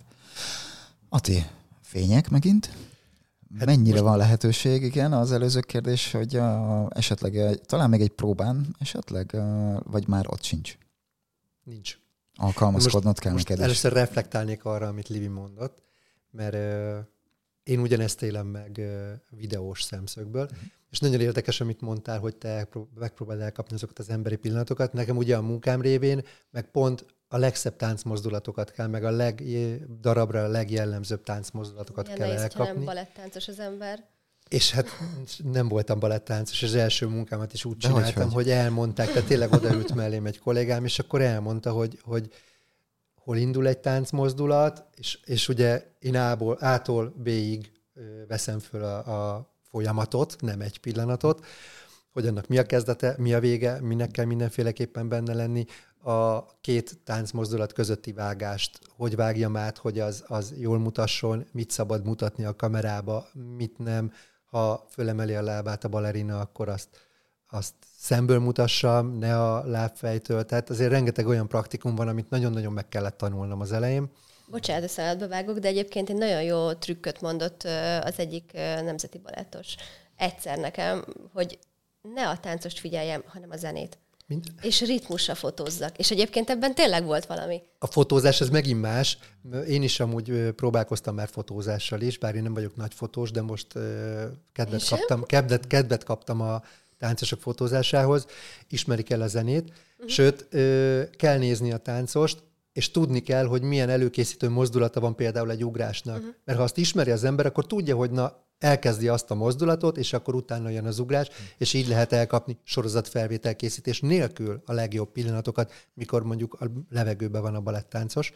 Ati, fények megint? Hát mennyire most... van lehetőség, igen, az előző kérdés, hogy uh, esetleg, talán még egy próbán esetleg, uh, vagy már ott sincs? Nincs. Alkalmazkodnod kell neked is. Először reflektálnék arra, amit Livi mondott, mert uh, én ugyanezt élem meg uh, videós szemszögből, uh-huh. és nagyon érdekes, amit mondtál, hogy te megpróbáld elkapni azokat az emberi pillanatokat. Nekem ugye a munkám révén, meg pont a legszebb táncmozdulatokat kell, meg a leg, darabra a legjellemzőbb táncmozdulatokat ilyen kell nehéz, elkapni. Nem balettáncos az ember. És hát nem voltam balettáncos, az első munkámat is úgy De csináltam, hogy, hogy elmondták, tehát tényleg odaült mellém egy kollégám, és akkor elmondta, hogy, hogy hol indul egy táncmozdulat, és, és ugye én A-ból, A-tól B-ig veszem föl a, a folyamatot, nem egy pillanatot, hogy annak mi a kezdete, mi a vége, minek kell mindenféleképpen benne lenni, a két táncmozdulat közötti vágást, hogy vágjam át, hogy az, az jól mutasson, mit szabad mutatni a kamerába, mit nem, ha fölemeli a lábát a balerina, akkor azt azt szemből mutassam, ne a lábfejtől. Tehát azért rengeteg olyan praktikum van, amit nagyon-nagyon meg kellett tanulnom az elején. Bocsánat, a szemedbe vágok, de egyébként egy nagyon jó trükköt mondott az egyik nemzeti balettos egyszer nekem, hogy ne a táncost figyeljem, hanem a zenét. Mind? És ritmusra fotózzak. És egyébként ebben tényleg volt valami. A fotózás ez megint más. Én is amúgy próbálkoztam már fotózással is, bár én nem vagyok nagy fotós, de most kedvet kaptam, kedvet, kedvet kaptam a táncosok fotózásához. Ismerik el a zenét. Uh-huh. Sőt, kell nézni a táncost, és tudni kell, hogy milyen előkészítő mozdulata van például egy ugrásnak. Uh-huh. Mert ha azt ismeri az ember, akkor tudja, hogy na, elkezdi azt a mozdulatot, és akkor utána jön az ugrás, uh-huh. és így lehet elkapni sorozatfelvételkészítés nélkül a legjobb pillanatokat, mikor mondjuk a levegőben van a balettáncos.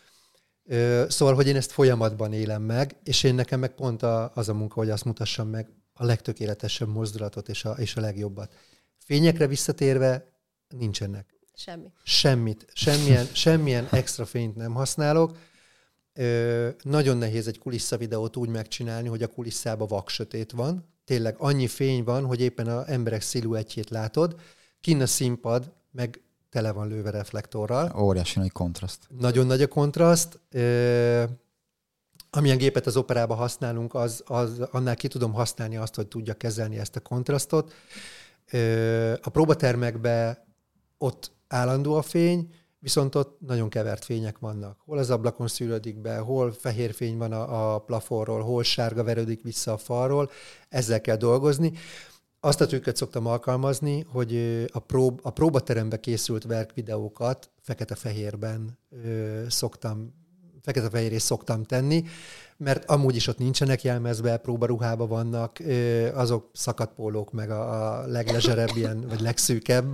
Szóval, hogy én ezt folyamatban élem meg, és én nekem meg pont az a munka, hogy azt mutassam meg a legtökéletesebb mozdulatot és a, és a legjobbat. Fényekre visszatérve nincsenek. Semmi. Semmit. Semmilyen, semmilyen extra fényt nem használok. Ö, nagyon nehéz egy kulisszavideót úgy megcsinálni, hogy a kulisszában vaksötét van. Tényleg annyi fény van, hogy éppen az emberek sziluettjét látod. Kinn a színpad, meg tele van lőve reflektorral. Óriási nagy kontraszt. Nagyon nagy a kontraszt. Ö, amilyen gépet az operában használunk, az, az, annál ki tudom használni azt, hogy tudja kezelni ezt a kontrasztot. Ö, a próbatermekben ott állandó a fény, viszont ott nagyon kevert fények vannak. Hol az ablakon szűrődik be, hol fehér fény van a, a plafonról, hol sárga verődik vissza a falról. Ezzel kell dolgozni. Azt a trükköt szoktam alkalmazni, hogy a, prób, a próbaterembe készült verkvideókat fekete-fehérben ö, szoktam, fekete-fehérre szoktam tenni, mert amúgy is ott nincsenek jelmezve, próbaruhában vannak, ö, azok szakadpólók, meg a, a leglezserebb ilyen, vagy legszűkebb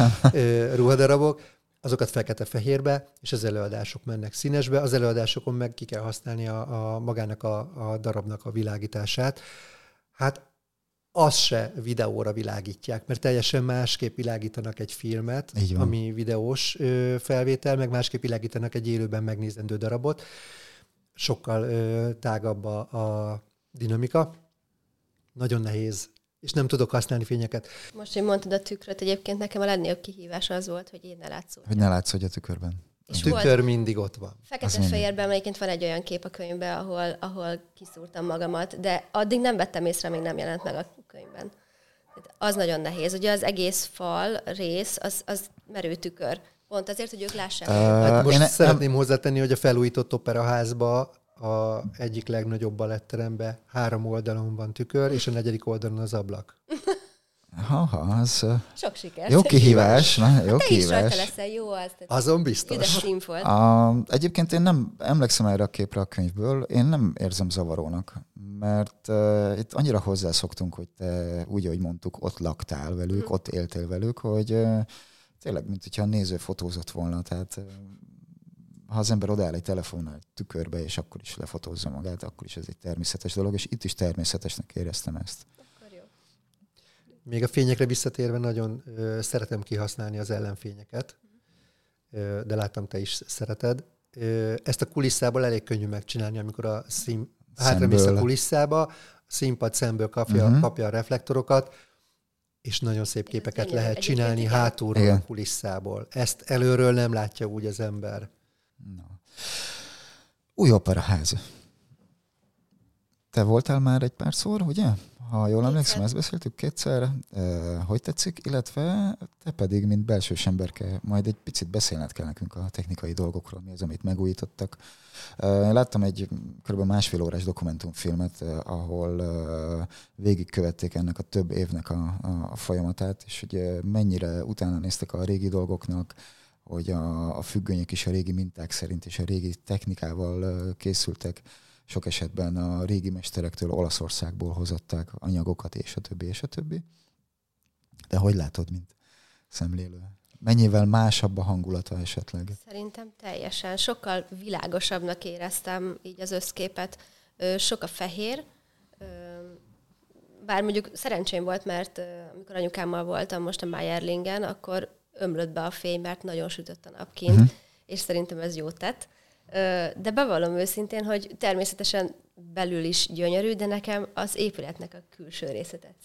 ö, ruhadarabok, azokat fekete-fehérbe, és az előadások mennek színesbe. Az előadásokon meg ki kell használni a, a magának a, a darabnak a világítását. Hát azt se videóra világítják, mert teljesen másképp világítanak egy filmet, ami videós ö, felvétel, meg másképp világítanak egy élőben megnézendő darabot. Sokkal ö, tágabb a, a dinamika. Nagyon nehéz, és nem tudok használni fényeket. Most, hogy mondtad a tükröt, egyébként nekem a legnagyobb kihívás az volt, hogy én ne látszódjak. Hogy ne látszódj a tükörben. A tükör mindig ott van. Fekete-fehérben egyébként van egy olyan kép a könyvben, ahol, ahol kiszúrtam magamat, de addig nem vettem észre, még nem jelent meg a könyvben. Az nagyon nehéz. Ugye az egész fal rész, az, az merő tükör. Pont azért, hogy ők lássák. Uh, hát most szeretném nem... hozzátenni, hogy a felújított operaházba a egyik legnagyobb baletteremben három oldalon van tükör, és a negyedik oldalon az ablak. Ha, az sok siker. Jó kihívás. Na, jó te kihívás. is rajta leszel, jó az. Azon biztos. A, egyébként én nem emlékszem erre a képre a könyvből, én nem érzem zavarónak, mert uh, itt annyira hozzászoktunk, hogy te úgy, ahogy mondtuk, ott laktál velük, mm. ott éltél velük, hogy uh, tényleg, mint hogyha a néző fotózott volna, tehát uh, ha az ember odaáll egy telefonnal egy tükörbe, és akkor is lefotózza magát, akkor is ez egy természetes dolog, és itt is természetesnek éreztem ezt. Még a fényekre visszatérve nagyon ö, szeretem kihasználni az ellenfényeket, ö, de láttam, te is szereted. Ö, ezt a kulisszából elég könnyű megcsinálni, amikor a szín, hátramész a kulisszába, a színpad szemből kapja, uh-huh. kapja a reflektorokat, és nagyon szép képeket ez lehet csinálni hátulról a kulisszából. Ezt előről nem látja úgy az ember. No. Új operaház. Te voltál már egy párszor, ugye? Ha jól emlékszem, ezt beszéltük kétszer. Hogy tetszik? Illetve te pedig, mint belsős emberke, majd egy picit beszélned kell nekünk a technikai dolgokról, mi az, amit megújítottak. Én láttam egy kb. másfél órás dokumentumfilmet, ahol végigkövették ennek a több évnek a, a folyamatát, és ugye mennyire utána néztek a régi dolgoknak, hogy a, a függönyök is a régi minták szerint és a régi technikával készültek. Sok esetben a régi mesterektől Olaszországból hozották anyagokat, és a többi, és a többi. De hogy látod, mint szemlélő? Mennyivel másabb a hangulata esetleg? Szerintem teljesen. Sokkal világosabbnak éreztem így az összképet. Sok a fehér. Bár mondjuk szerencsém volt, mert amikor anyukámmal voltam most a Mayerlingen, akkor ömlött be a fény, mert nagyon sütött a nap kint, uh-huh. és szerintem ez jót tett. De bevallom őszintén, hogy természetesen belül is gyönyörű, de nekem az épületnek a külső része tetszik.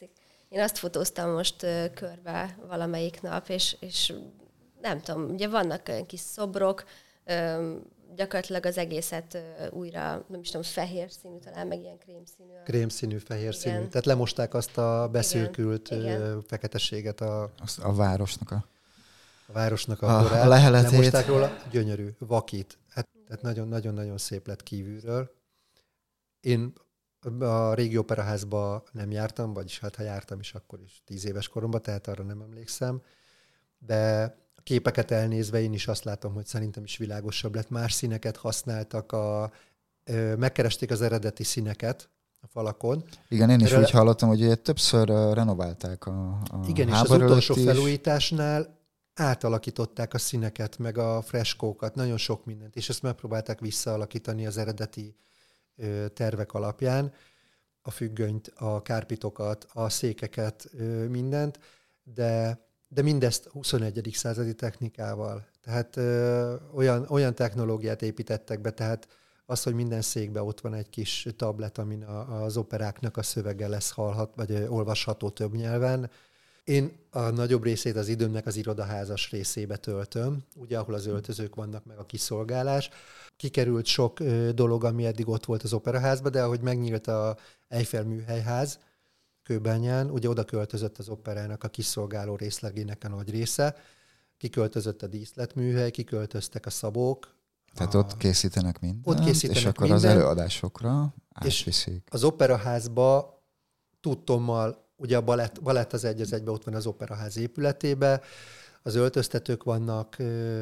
én azt fotóztam most uh, körbe valamelyik nap, és, és nem tudom, ugye vannak olyan kis szobrok, um, gyakorlatilag az egészet uh, újra, nem is tudom, fehér színű, talán meg ilyen krémszínű. Krémszínű, fehér igen. színű. Tehát lemosták azt a beszürkült igen. Igen. feketeséget a, azt a városnak a, a városnak a, a korát. Leheletét. Lemosták róla, gyönyörű, vakít. Hát, tehát nagyon-nagyon szép lett kívülről. Én a régi operaházba nem jártam, vagyis hát ha jártam is, akkor is tíz éves koromban, tehát arra nem emlékszem. De a képeket elnézve én is azt látom, hogy szerintem is világosabb lett. Más színeket használtak, a, ö, megkeresték az eredeti színeket a falakon. Igen, én is Erről... úgy hallottam, hogy ugye többször uh, renoválták a, a igen, és az utolsó felújításnál átalakították a színeket, meg a freskókat, nagyon sok mindent, és ezt megpróbálták visszaalakítani az eredeti ö, tervek alapján, a függönyt, a kárpitokat, a székeket, ö, mindent, de de mindezt huszonegyedik századi technikával. Tehát ö, olyan, olyan technológiát építettek be, tehát az, hogy minden székben ott van egy kis tablet, amin a, az operáknak a szövege lesz hallhat, vagy ö, olvasható több nyelven. Én a nagyobb részét az időmnek az irodaházas részébe töltöm, ugye, ahol az öltözők vannak, meg a kiszolgálás. Kikerült sok ö, dolog, ami eddig ott volt az operaházban, de ahogy megnyílt a Eiffel műhelyház, Kőbányán, ugye oda költözött az operának a kiszolgáló részlegének a nagy része, kiköltözött a díszletműhely, kiköltöztek a szabók. Tehát a... ott készítenek mindent, ott készítenek és akkor mindent, az előadásokra átviszik. És az operaházba tudtommal, ugye a balett, balett az egy az egyben ott van az operaház épületébe, az öltöztetők vannak,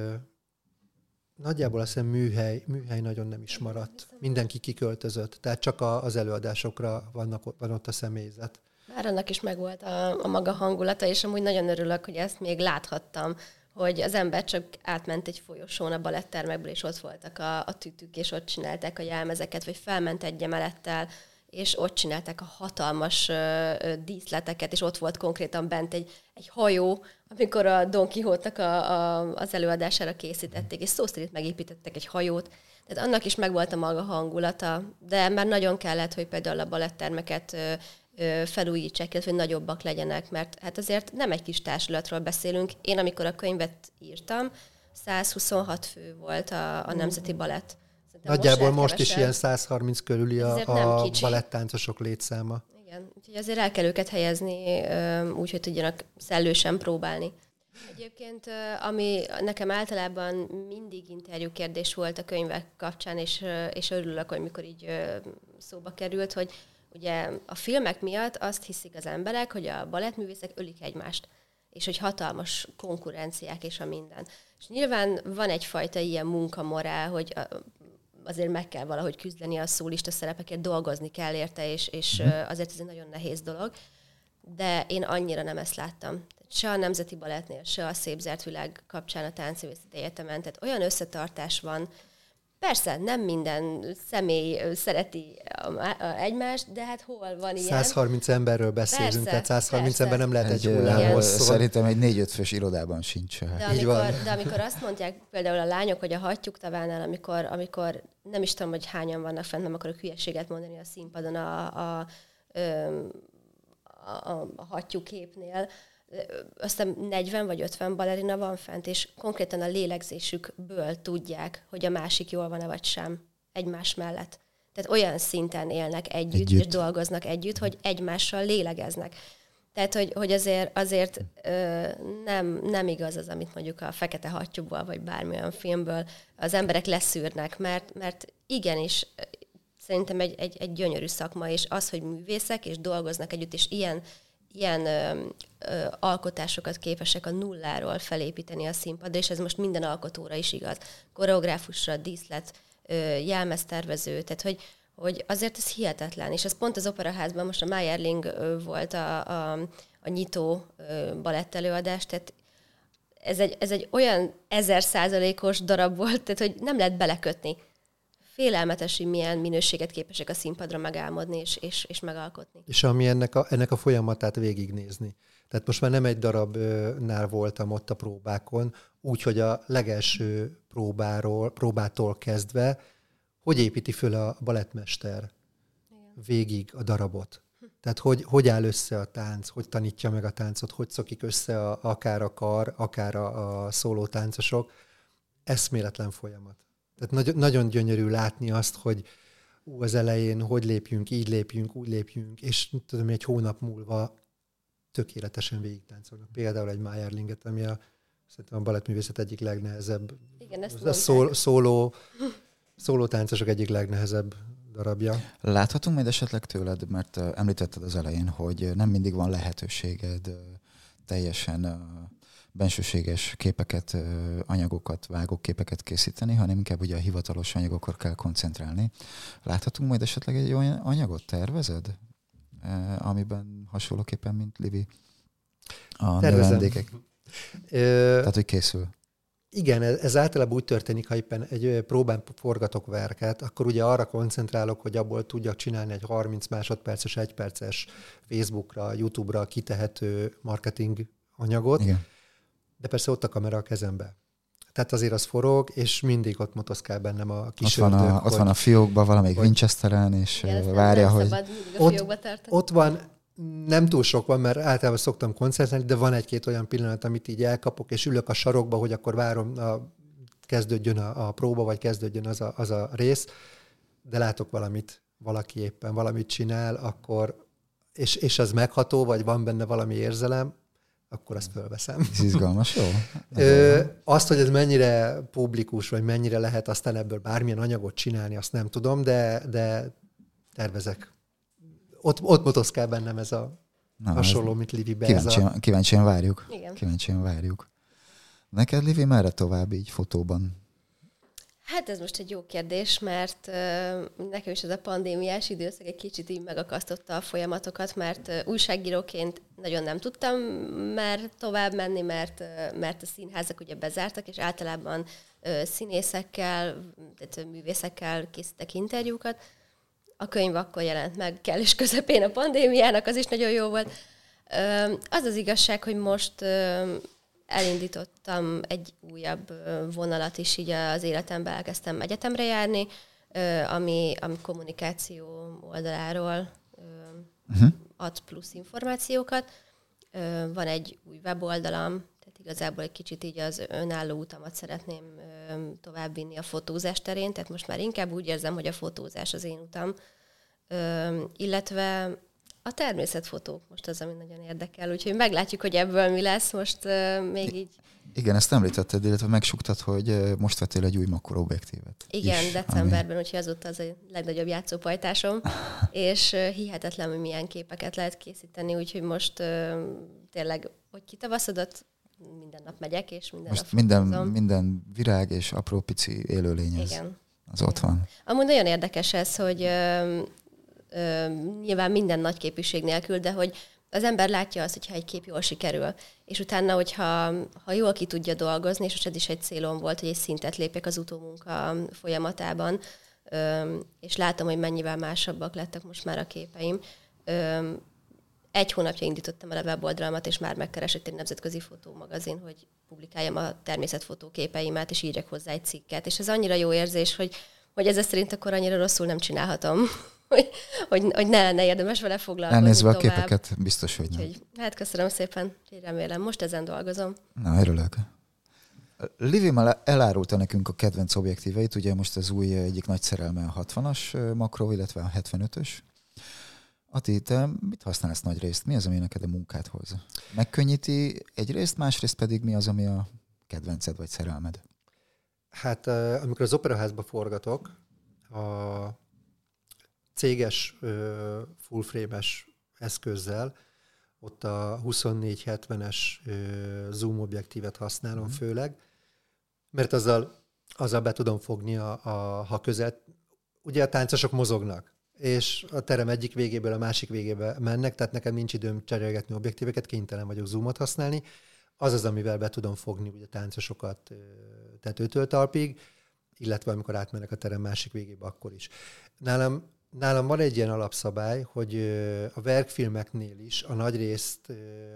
nagyjából azt hiszem műhely, műhely nagyon nem is maradt. Mindenki kiköltözött, tehát csak a, az előadásokra vannak, van ott a személyzet. Már annak is megvolt a, a maga hangulata, és amúgy nagyon örülök, hogy ezt még láthattam, hogy az ember csak átment egy folyosón a balettermekből, és ott voltak a, a tütük, és ott csinálták a jelmezeket, vagy felment egy emelettel, és ott csinálták a hatalmas ö, ö, díszleteket, és ott volt konkrétan bent egy, egy hajó, amikor a Don Quixote-nak a, a, az előadására készítették, és szó szerint megépítettek egy hajót. Tehát annak is megvolt a maga hangulata, de már nagyon kellett, hogy például a balettermeket ö, ö, felújítsák, illetve hogy nagyobbak legyenek, mert hát azért nem egy kis társulatról beszélünk. Én, amikor a könyvet írtam, száz huszonhat fő volt a, a Nemzeti Balett. Nagyjából most, most is ilyen száz harminc körüli a, a balettáncosok létszáma. Igen, úgyhogy azért el kell őket helyezni úgy, hogy tudjanak szellősen próbálni. Egyébként, ami nekem általában mindig interjú kérdés volt a könyvek kapcsán, és, és örülök, hogy mikor így szóba került, hogy ugye a filmek miatt azt hiszik az emberek, hogy a balettművészek ölik egymást, és hogy hatalmas konkurenciák és a minden. És nyilván van egyfajta ilyen munkamorál, hogy azért meg kell valahogy küzdeni a szólista szerepekért, dolgozni kell érte, és, és azért ez egy nagyon nehéz dolog. De én annyira nem ezt láttam. Se a Nemzeti Balettnél, se a Szép zárt világ kapcsán a Táncművészeti Egyetemen. Tehát olyan összetartás van. Persze, nem minden személy szereti egymást, de hát hol van ilyen? száz harminc emberről beszélünk, persze, tehát száz harminc ember nem lehet egy, egy hullámból szól. Szerintem egy négy-öt fős irodában sincs. De amikor, de amikor azt mondják például a lányok, hogy a Hattyúk tavánál, amikor, amikor nem is tudom, hogy hányan vannak fent, nem akarok hülyeséget mondani a színpadon a, a, a, a, a Hattyúk képnél, aztán negyven vagy ötven balerina van fent, és konkrétan a lélegzésükből tudják, hogy a másik jól van-e vagy sem egymás mellett. Tehát olyan szinten élnek együtt, együtt. és dolgoznak együtt, hogy egymással lélegeznek. Tehát, hogy, hogy azért, azért ö, nem, nem igaz az, amit mondjuk a Fekete Hattyúból, vagy bármilyen filmből az emberek leszűrnek, mert, mert igenis szerintem egy, egy, egy gyönyörű szakma, és az, hogy művészek, és dolgoznak együtt, és ilyen ilyen ö, ö, alkotásokat képesek a nulláról felépíteni a színpadra, és ez most minden alkotóra is igaz. Koreográfusra, díszlet, ö, jelmeztervező, tehát hogy, hogy azért ez hihetetlen. És ez pont az operaházban, most a Meyerling ö, volt a, a, a nyitó ö, balettelőadás, tehát ez egy, ez egy olyan ezer százalékos darab volt, tehát hogy nem lehet belekötni. Félelmetes, hogy milyen minőséget képesek a színpadra megálmodni és, és, és megalkotni. És ami ennek a, ennek a folyamatát végignézni. Tehát most már nem egy darabnál voltam ott a próbákon, úgyhogy a legelső próbáról, próbától kezdve, hogy építi föl a balettmester végig a darabot. Tehát hogy, hogy áll össze a tánc, hogy tanítja meg a táncot, hogy szokik össze a, akár a kar, akár a, a szóló táncosok. Eszméletlen folyamat. Tehát nagy, nagyon gyönyörű látni azt, hogy ú, az elején hogy lépjünk, így lépjünk, úgy lépjünk, és tudom, egy hónap múlva tökéletesen végigtáncolnak. Például egy Meyerlinget, ami a, szerintem a balettművészet egyik legnehezebb. Igen, ezt a szól, szóló, szóló táncosok egyik legnehezebb darabja. Láthatunk majd esetleg tőled, mert uh, említetted az elején, hogy nem mindig van lehetőséged uh, teljesen uh, bensőséges képeket, uh, anyagokat, vágóképeket készíteni, hanem inkább ugye a hivatalos anyagokra kell koncentrálni. Láthatunk majd esetleg egy olyan anyagot, tervezed? Uh, amiben hasonlóképpen, mint Livi a növendékek. Tehát, hogy készül. Igen, ez általában úgy történik, ha éppen egy próbán forgatok verket, akkor ugye arra koncentrálok, hogy abból tudjak csinálni egy harminc másodperces, egy perces Facebookra, YouTube-ra kitehető marketing anyagot, igen. De persze ott a kamera a kezembe. Tehát azért az forog, és mindig ott motoszkál bennem a kis Ott van a, ördög, ott van a fiókban valamelyik Winchesteren, és igen, várja, hogy... Ott, ott van, nem túl sok van, mert általában szoktam koncentrálni, de van egy-két olyan pillanat, amit így elkapok, és ülök a sarokba, hogy akkor várom, a, kezdődjön a, a próba, vagy kezdődjön az a, az a rész, de látok valamit, valaki éppen valamit csinál, akkor, és, és az megható, vagy van benne valami érzelem, akkor azt fölveszem. Ez izgalmas, jó? Ö, azt, hogy ez mennyire publikus, vagy mennyire lehet aztán ebből bármilyen anyagot csinálni, azt nem tudom, de, de tervezek. Ott, ott motoszkál bennem ez a Na, hasonló, ez mint Livibe. Kíváncsian, a... kíváncsian várjuk. Igen. Kíváncsian várjuk. Neked, Livi, merre tovább így fotóban? Hát ez most egy jó kérdés, mert uh, nekem is ez a pandémiás időszak egy kicsit így megakasztotta a folyamatokat, mert uh, újságíróként nagyon nem tudtam már tovább menni, mert, uh, mert a színházak ugye bezártak, és általában uh, színészekkel, tehát művészekkel készítek interjúkat. A könyv akkor jelent meg kellős közepén a pandémiának, az is nagyon jó volt. Uh, az az igazság, hogy most... Uh, elindítottam egy újabb vonalat is, így az életemben elkezdtem egyetemre járni, ami, ami kommunikáció oldaláról uh-huh. ad plusz információkat. Van egy új weboldalam, tehát igazából egy kicsit így az önálló utamat szeretném továbbvinni a fotózás terén, tehát most már inkább úgy érzem, hogy a fotózás az én utam, illetve a természetfotók most az, ami nagyon érdekel, úgyhogy meglátjuk, hogy ebből mi lesz most uh, még így. Igen, ezt említetted, illetve megsugtad, hogy most vettél egy új makroobjektívet. Igen, is, decemberben, ami... úgyhogy azóta az a legnagyobb játszópajtásom, és uh, hihetetlen, hogy milyen képeket lehet készíteni, úgyhogy most uh, tényleg, hogy kitavaszodott, minden nap megyek, és minden most nap minden, minden virág és apró pici élőlény az, Igen. az Igen. ott van. Amúgy nagyon érdekes ez, hogy uh, uh, nyilván minden nagy képűség nélkül, de hogy az ember látja azt, hogyha egy kép jól sikerül, és utána, hogyha ha jól ki tudja dolgozni, és ez is egy célom volt, hogy egy szintet lépjek az utómunka folyamatában, és látom, hogy mennyivel másabbak lettek most már a képeim. Egy hónapja indítottam el a weboldalamat, és már megkeresett egy nemzetközi fotómagazin, hogy publikáljam a természetfotó képeimet, és írjak hozzá egy cikket. És ez annyira jó érzés, hogy, hogy ezzel szerint akkor annyira rosszul nem csinálhatom. Hogy, hogy, hogy ne lenne érdemes vele foglalkozni Elnézve tovább. a képeket, biztos, hogy nem. Úgyhogy, hát köszönöm szépen, hogy remélem. Most ezen dolgozom. Na, örülök. Livi már elárulta nekünk a kedvenc objektíveit, ugye most az új egyik nagy szerelme a hatvanas makró, illetve a hetvenötös. Ati, te mit használsz nagy részt? Mi az, ami neked a munkát hoz? Megkönnyíti egyrészt, másrészt pedig mi az, ami a kedvenced vagy szerelmed? Hát amikor az operaházba forgatok, a céges uh, full frame-es eszközzel, ott a huszonnégy hetvenes uh, zoom objektívet használom mm. főleg, mert azzal, azzal be tudom fogni, a, a, ha közel. Ugye a táncosok mozognak, és a terem egyik végéből a másik végébe mennek, tehát nekem nincs időm cserélgetni objektíveket, kénytelen vagyok zoomot használni. Az az, amivel be tudom fogni ugye a táncosokat uh, tetőtől talpig, illetve amikor átmennek a terem másik végébe, akkor is. Nálam Nálam van egy ilyen alapszabály, hogy a verkfilmeknél is a nagy részt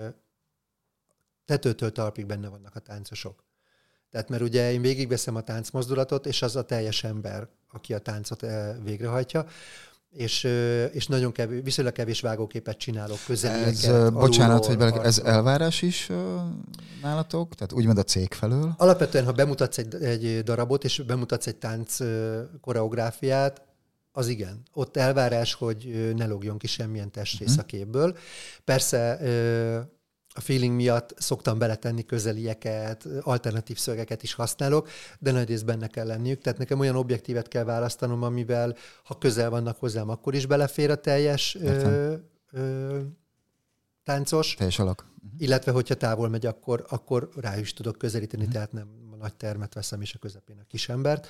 tetőtől talpig benne vannak a táncosok. Tehát mert ugye én végigveszem a táncmozdulatot, és az a teljes ember, aki a táncot végrehajtja. és, és nagyon kevés, viszonylag kevés vágóképet csinálok, közelieket. Ez, bocsánat, hogy belek, ez elvárás is uh, nálatok? Tehát úgymond a cég felől? Alapvetően, ha bemutatsz egy, egy darabot, és bemutatsz egy tánc uh, koreográfiát, az igen. Ott elvárás, hogy ne lógjon ki semmilyen testrész uh-huh. a képből. Persze uh, a feeling miatt szoktam beletenni közelieket, alternatív szögeket is használok, de nagy rész benne kell lenniük. Tehát nekem olyan objektívet kell választanom, amivel, ha közel vannak hozzám, akkor is belefér a teljes ö, ö, táncos. Teljes alak. Uh-huh. Illetve, hogyha távol megy, akkor, akkor rá is tudok közelíteni, uh-huh. tehát nem a nagy termet veszem, és a közepén a kisembert.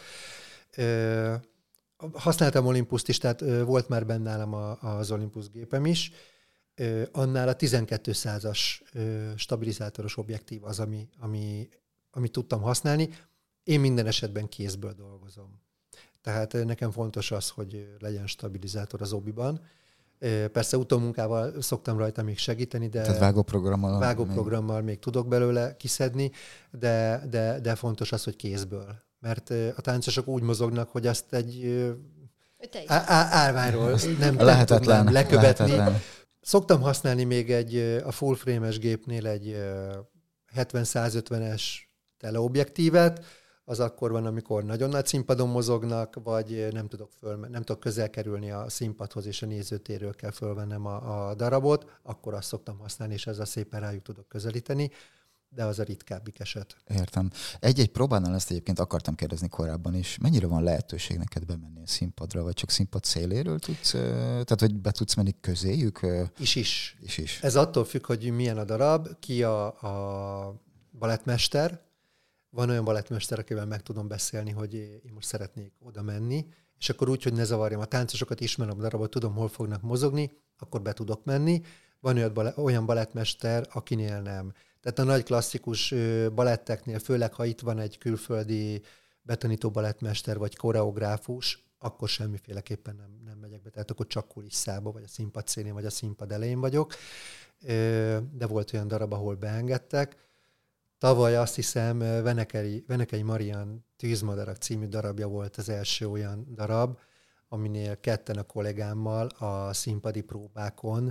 Ö, használtam Olympust is, tehát ö, volt már benne nálam a, az Olympus gépem is. Ö, annál a tizenkétszázas ö, stabilizátoros objektív az, ami, ami, amit tudtam használni. Én minden esetben kézből dolgozom. Tehát ö, nekem fontos az, hogy legyen stabilizátor az obiban. Ö, persze utómunkával szoktam rajta még segíteni, de Tehát vágóprogrammal, vágóprogrammal még... még tudok belőle kiszedni, de, de, de fontos az, hogy kézből. Mert ö, a táncosok úgy mozognak, hogy azt egy ö, á- á- állványról nem, nem tudnám lekövetni. Lehetetlen. Szoktam használni még egy, a full frame-es gépnél egy hetven százötvenes teleobjektívet, az akkor van, amikor nagyon nagy színpadon mozognak, vagy nem tudok, föl, nem tudok közel kerülni a színpadhoz, és a nézőtérről kell fölvennem a, a darabot, akkor azt szoktam használni, és ezzel szépen rájuk tudok közelíteni, de az a ritkábbik eset. Értem. Egy-egy próbánál ezt egyébként akartam kérdezni korábban is. Mennyire van lehetőség neked bemenni a színpadra, vagy csak színpad széléről tudsz, tehát hogy be tudsz menni közéjük? Is is. is, is. Ez attól függ, hogy milyen a darab, ki a, a balettmester. Van olyan balettmester, akivel meg tudom beszélni, hogy én most szeretnék oda menni, és akkor úgy, hogy ne zavarjam a táncosokat, ismerem a darabot, tudom, hol fognak mozogni, akkor be tudok menni. Van olyan balettmester, akinél nem. Tehát a nagy klasszikus baletteknél, főleg ha itt van egy külföldi betanító balettmester vagy koreográfus, akkor semmiféleképpen nem, nem megyek be. Tehát akkor csak kulisszába, vagy a színpad szélén, vagy a színpad elején vagyok. De volt olyan darab, ahol beengedtek. Tavaly azt hiszem Venekei, Venekei Marian Tűzmadarak című darabja volt az első olyan darab, aminél ketten a kollégámmal a színpadi próbákon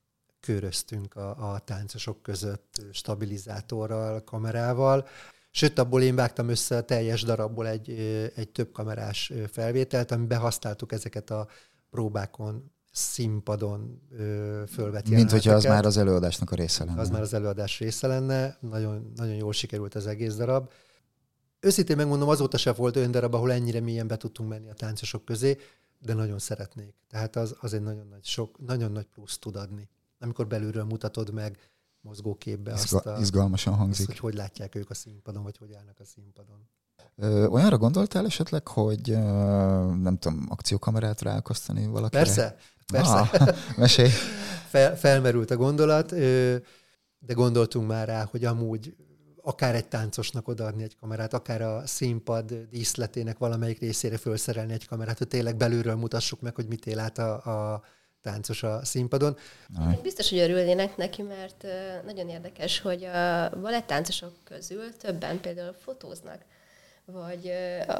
köröztünk a, a táncosok között stabilizátorral, kamerával. Sőt, abból én vágtam össze a teljes darabból egy, egy több kamerás felvételt, amiben használtuk ezeket a próbákon, színpadon fölvett jeleneteket. Mint hogyha az már az előadásnak a része lenne. Az már az előadás része lenne. Nagyon, nagyon jól sikerült az egész darab. Őszintén megmondom, azóta sem volt olyan darab, ahol ennyire mélyen be tudtunk menni a táncosok közé, de nagyon szeretnék. Tehát az, az egy nagyon nagy, sok, nagyon nagy plusz tud adni. Amikor belülről mutatod meg mozgóképbe Izga, azt, a, izgalmasan hangzik. azt, hogy hogy látják ők a színpadon, vagy hogy állnak a színpadon. Ö, olyanra gondoltál esetleg, hogy ö, nem tudom, akciókamerát ráakasztani valakire? Persze, persze. Ah, mesélj. Fel, felmerült a gondolat, ö, de gondoltunk már rá, hogy amúgy akár egy táncosnak odaadni egy kamerát, akár a színpad díszletének valamelyik részére felszerelni egy kamerát, hogy tényleg belülről mutassuk meg, hogy mit él át a, a táncos a színpadon. Én biztos, hogy örülnének neki, mert nagyon érdekes, hogy a balettáncosok közül többen például fotóznak. Vagy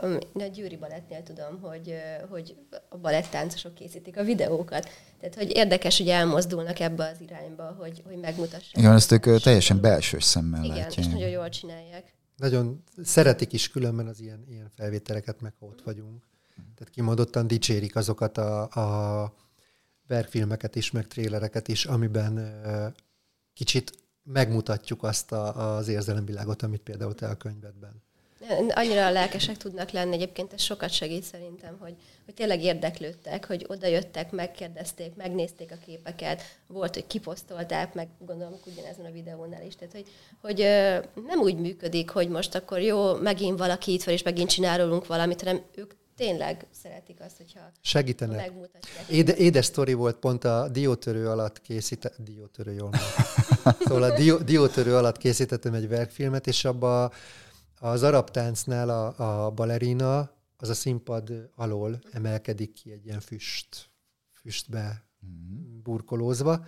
a Győri Balettnél tudom, hogy, hogy a balettáncosok készítik a videókat. Tehát, hogy érdekes, hogy elmozdulnak ebbe az irányba, hogy, hogy megmutassák. Igen, ezt ők teljesen belsős szemmel igen, látják. Igen, és nagyon jól csinálják. Nagyon szeretik is különben az ilyen, ilyen felvételeket, meg ha ott vagyunk. Tehát kimondottan dicsérik azokat a, a verkfilmeket is, meg trélereket is, amiben uh, kicsit megmutatjuk azt a, az érzelemvilágot, amit például te a könyvedben. Annyira lelkesek tudnak lenni, egyébként ez sokat segít szerintem, hogy, hogy tényleg érdeklődtek, hogy odajöttek, megkérdezték, megnézték a képeket, volt, hogy kiposztolták, meg gondolom, ugyanezen a videónál is. Tehát, hogy, hogy nem úgy működik, hogy most akkor jó, megint valaki itt van, és megint csinálunk valamit, hanem ők tényleg szeretik azt, hogyha segítenek. Megmutatják. Éde, édes sztori volt, pont a diótörő alatt készítettem, diótörő jól mondom. Szóval a dió, diótörő alatt készítettem egy verkfilmet, és abban az arab táncnál a, a balerina az a színpad alól emelkedik ki egy ilyen füst, füstbe burkolózva,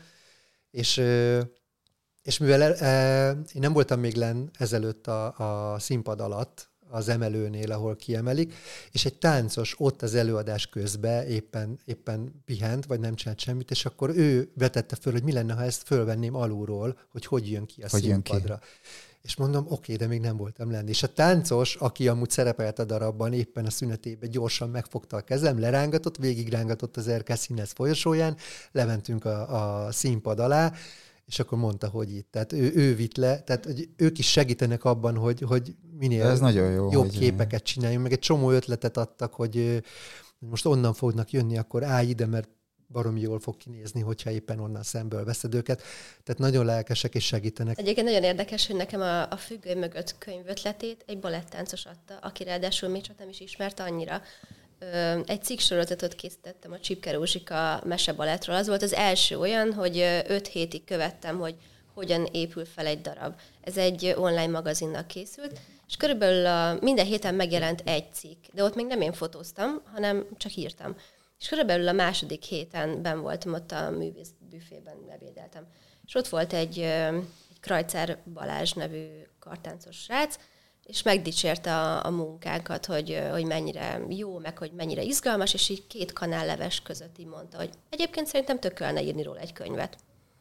és, és mivel e, én nem voltam még lenn ezelőtt a, a színpad alatt, az emelőnél, ahol kiemelik, és egy táncos ott az előadás közben éppen, éppen pihent, vagy nem csinált semmit, és akkor ő vetette föl, hogy mi lenne, ha ezt fölvenném alulról, hogy hogy jön ki a hogy színpadra. Ki. És mondom, oké, okay, de még nem voltam lenni. És a táncos, aki amúgy szerepelt a darabban, éppen a szünetében gyorsan megfogta a kezem, lerángatott, végigrángatott az er ká színész folyosóján, lementünk a, a színpad alá, és akkor mondta, hogy itt. Tehát ő, ő vitt le, tehát hogy ők is segítenek abban, hogy, hogy minél ez nagyon jó, jobb hogy képeket csináljunk, meg egy csomó ötletet adtak, hogy, hogy most onnan fognak jönni, akkor állj ide, mert baromi jól fog kinézni, hogyha éppen onnan szemből veszed őket. Tehát nagyon lelkesek és segítenek. Egyébként nagyon érdekes, hogy nekem a, a függöny mögött könyvötletét egy balettáncos adta, aki ráadásul még csak nem is ismert annyira. Ö, egy cikksorozatot készítettem a Csipke Rózsika mesebalettról. Az volt az első olyan, hogy öt hétig követtem, hogy hogyan épül fel egy darab. Ez egy online magazinnak készült, és körülbelül a, minden héten megjelent egy cikk, de ott még nem én fotóztam, hanem csak írtam. És körülbelül a második héten benn voltam ott a művész büfében, ebédeltem. És ott volt egy, egy Krajcár Balázs nevű kartáncos srác, és megdicsérte a, a munkánkat, hogy, hogy mennyire jó, meg hogy mennyire izgalmas, és így két kanálleves között így mondta, hogy egyébként szerintem tök kellene írni róla egy könyvet.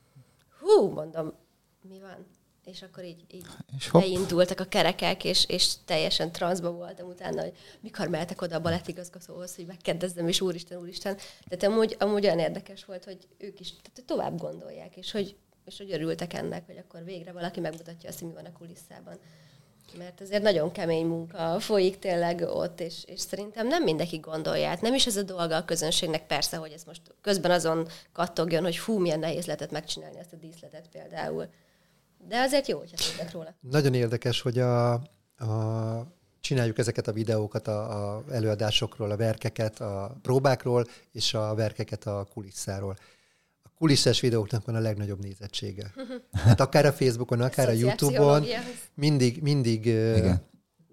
Hú, mondom, mi van? És akkor így, így beindultak a kerekek, és, és teljesen transzba voltam utána, hogy mikor mehetek oda a balettigazgatóhoz, hogy megkérdezzem, és úristen, úristen. Tehát amúgy, amúgy olyan érdekes volt, hogy ők is tehát tovább gondolják, és hogy, és hogy örültek ennek, hogy akkor végre valaki megmutatja azt, hogy mi van a kulisszában. Mert azért nagyon kemény munka folyik tényleg ott, és, és szerintem nem mindenki gondolja. Hát nem is ez a dolga a közönségnek, persze, hogy ez most közben azon kattogjon, hogy fú, milyen nehéz lehetett megcsinálni ezt a díszletet például. De azért jó, hogyha tudnak róla. Nagyon érdekes, hogy a, a, csináljuk ezeket a videókat a, a előadásokról, a verkeket, a próbákról, és a verkeket a kulisszáról. A kulisszás videóknak van a legnagyobb nézettsége. Hát akár a Facebookon, akár a YouTube-on mindig, mindig Igen.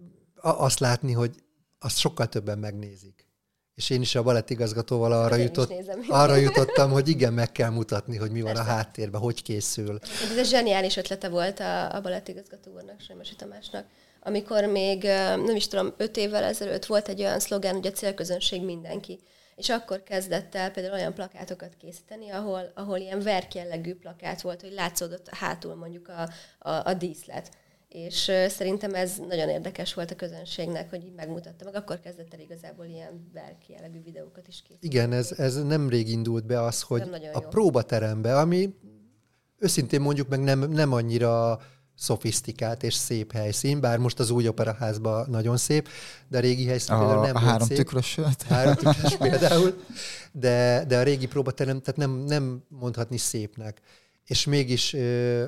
azt látni, hogy azt sokkal többen megnézik. És én is a balettigazgatóval arra, jutott, arra jutottam, hogy igen, meg kell mutatni, hogy mi van Persze. a háttérben, hogy készül. Ez egy zseniális ötlete volt a, a balettigazgató úrnak, Solymosi Tamásnak, amikor még, nem is tudom, öt évvel ezelőtt volt egy olyan szlogán, hogy a célközönség mindenki. És akkor kezdett el például olyan plakátokat készíteni, ahol, ahol ilyen verkjellegű plakát volt, hogy látszódott hátul mondjuk a, a, a díszlet. És uh, szerintem ez nagyon érdekes volt a közönségnek, hogy így megmutatta meg. Akkor kezdett el igazából ilyen verkjellegű videókat is készíteni. Igen, ez, ez nemrég indult be az, hogy a jó. próbaterembe, ami őszintén mondjuk meg nem, nem annyira szofisztikált és szép helyszín, bár most az új operaházban nagyon szép, de a régi helyszín a, például nem a volt három szép. Tükrös. Három tükrös például. De, de a régi próbaterem, tehát nem, nem mondhatni szépnek. És mégis ö,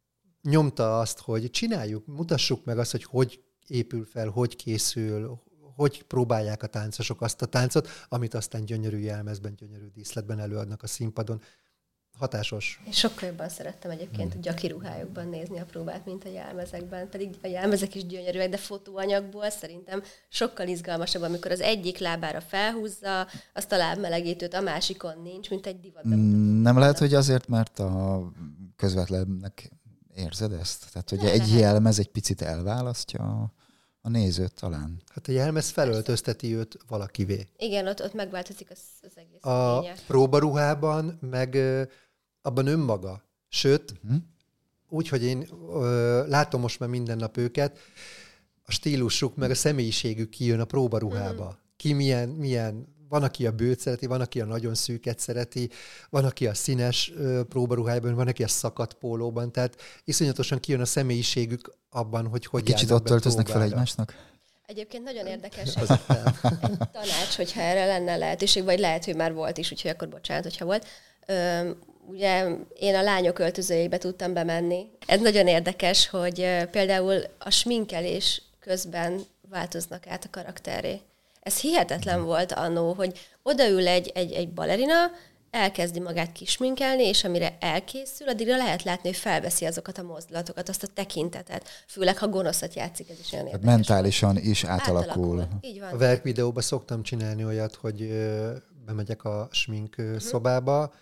nyomta azt, hogy csináljuk, mutassuk meg azt, hogy hogy épül fel, hogy készül, hogy próbálják a táncosok azt a táncot, amit aztán gyönyörű jelmezben, gyönyörű díszletben előadnak a színpadon. Hatásos. Én sokkal jobban szerettem egyébként a gyaki ruhájukban nézni a próbát, mint a jelmezekben. Pedig a jelmezek is gyönyörűek, de fotóanyagból szerintem sokkal izgalmasabb, amikor az egyik lábára felhúzza azt a lábmelegítőt, a másikon nincs, mint egy divat. Nem lehet, hogy azért, mert a közvetlennek érzed ezt? Tehát, hogy egy lehet. jelmez egy picit elválasztja a nézőt talán. Hát a jelmez felöltözteti őt valakivé. Igen, ott, ott megváltozik az, az egész a lénye. próbaruhában, meg ö, abban önmaga. Sőt, uh-huh. úgy, hogy én ö, látom most már minden nap őket, a stílusuk, meg a személyiségük kijön a próbaruhába. Uh-huh. Ki milyen, milyen, van, aki a bőt szereti, van, aki a nagyon szűket szereti, van, aki a színes ö, próbaruhájában, van, aki a szakadt pólóban, tehát iszonyatosan kijön a személyiségük abban, hogy hogy Kicsit ott öltöznek fel egymásnak? Egyébként nagyon érdekes egy, egy tanács, hogyha erre lenne lehetőség, vagy lehet, hogy már volt is, úgyhogy akkor bocsánat, hogyha volt. Ö, ugye én a lányok öltözőjébe tudtam bemenni. Ez nagyon érdekes, hogy például a sminkelés közben változnak át a karakterré. Ez hihetetlen volt annó, hogy odaül egy, egy, egy balerina, elkezdi magát kisminkelni, és amire elkészül, addigra lehet látni, hogy felveszi azokat a mozdulatokat, azt a tekintetet. Főleg, ha gonoszat játszik, ez is olyan érdekes. Mentálisan volt. is átalakul. átalakul. Így van. A verk videóban szoktam csinálni olyat, hogy bemegyek a smink uh-huh. szobába,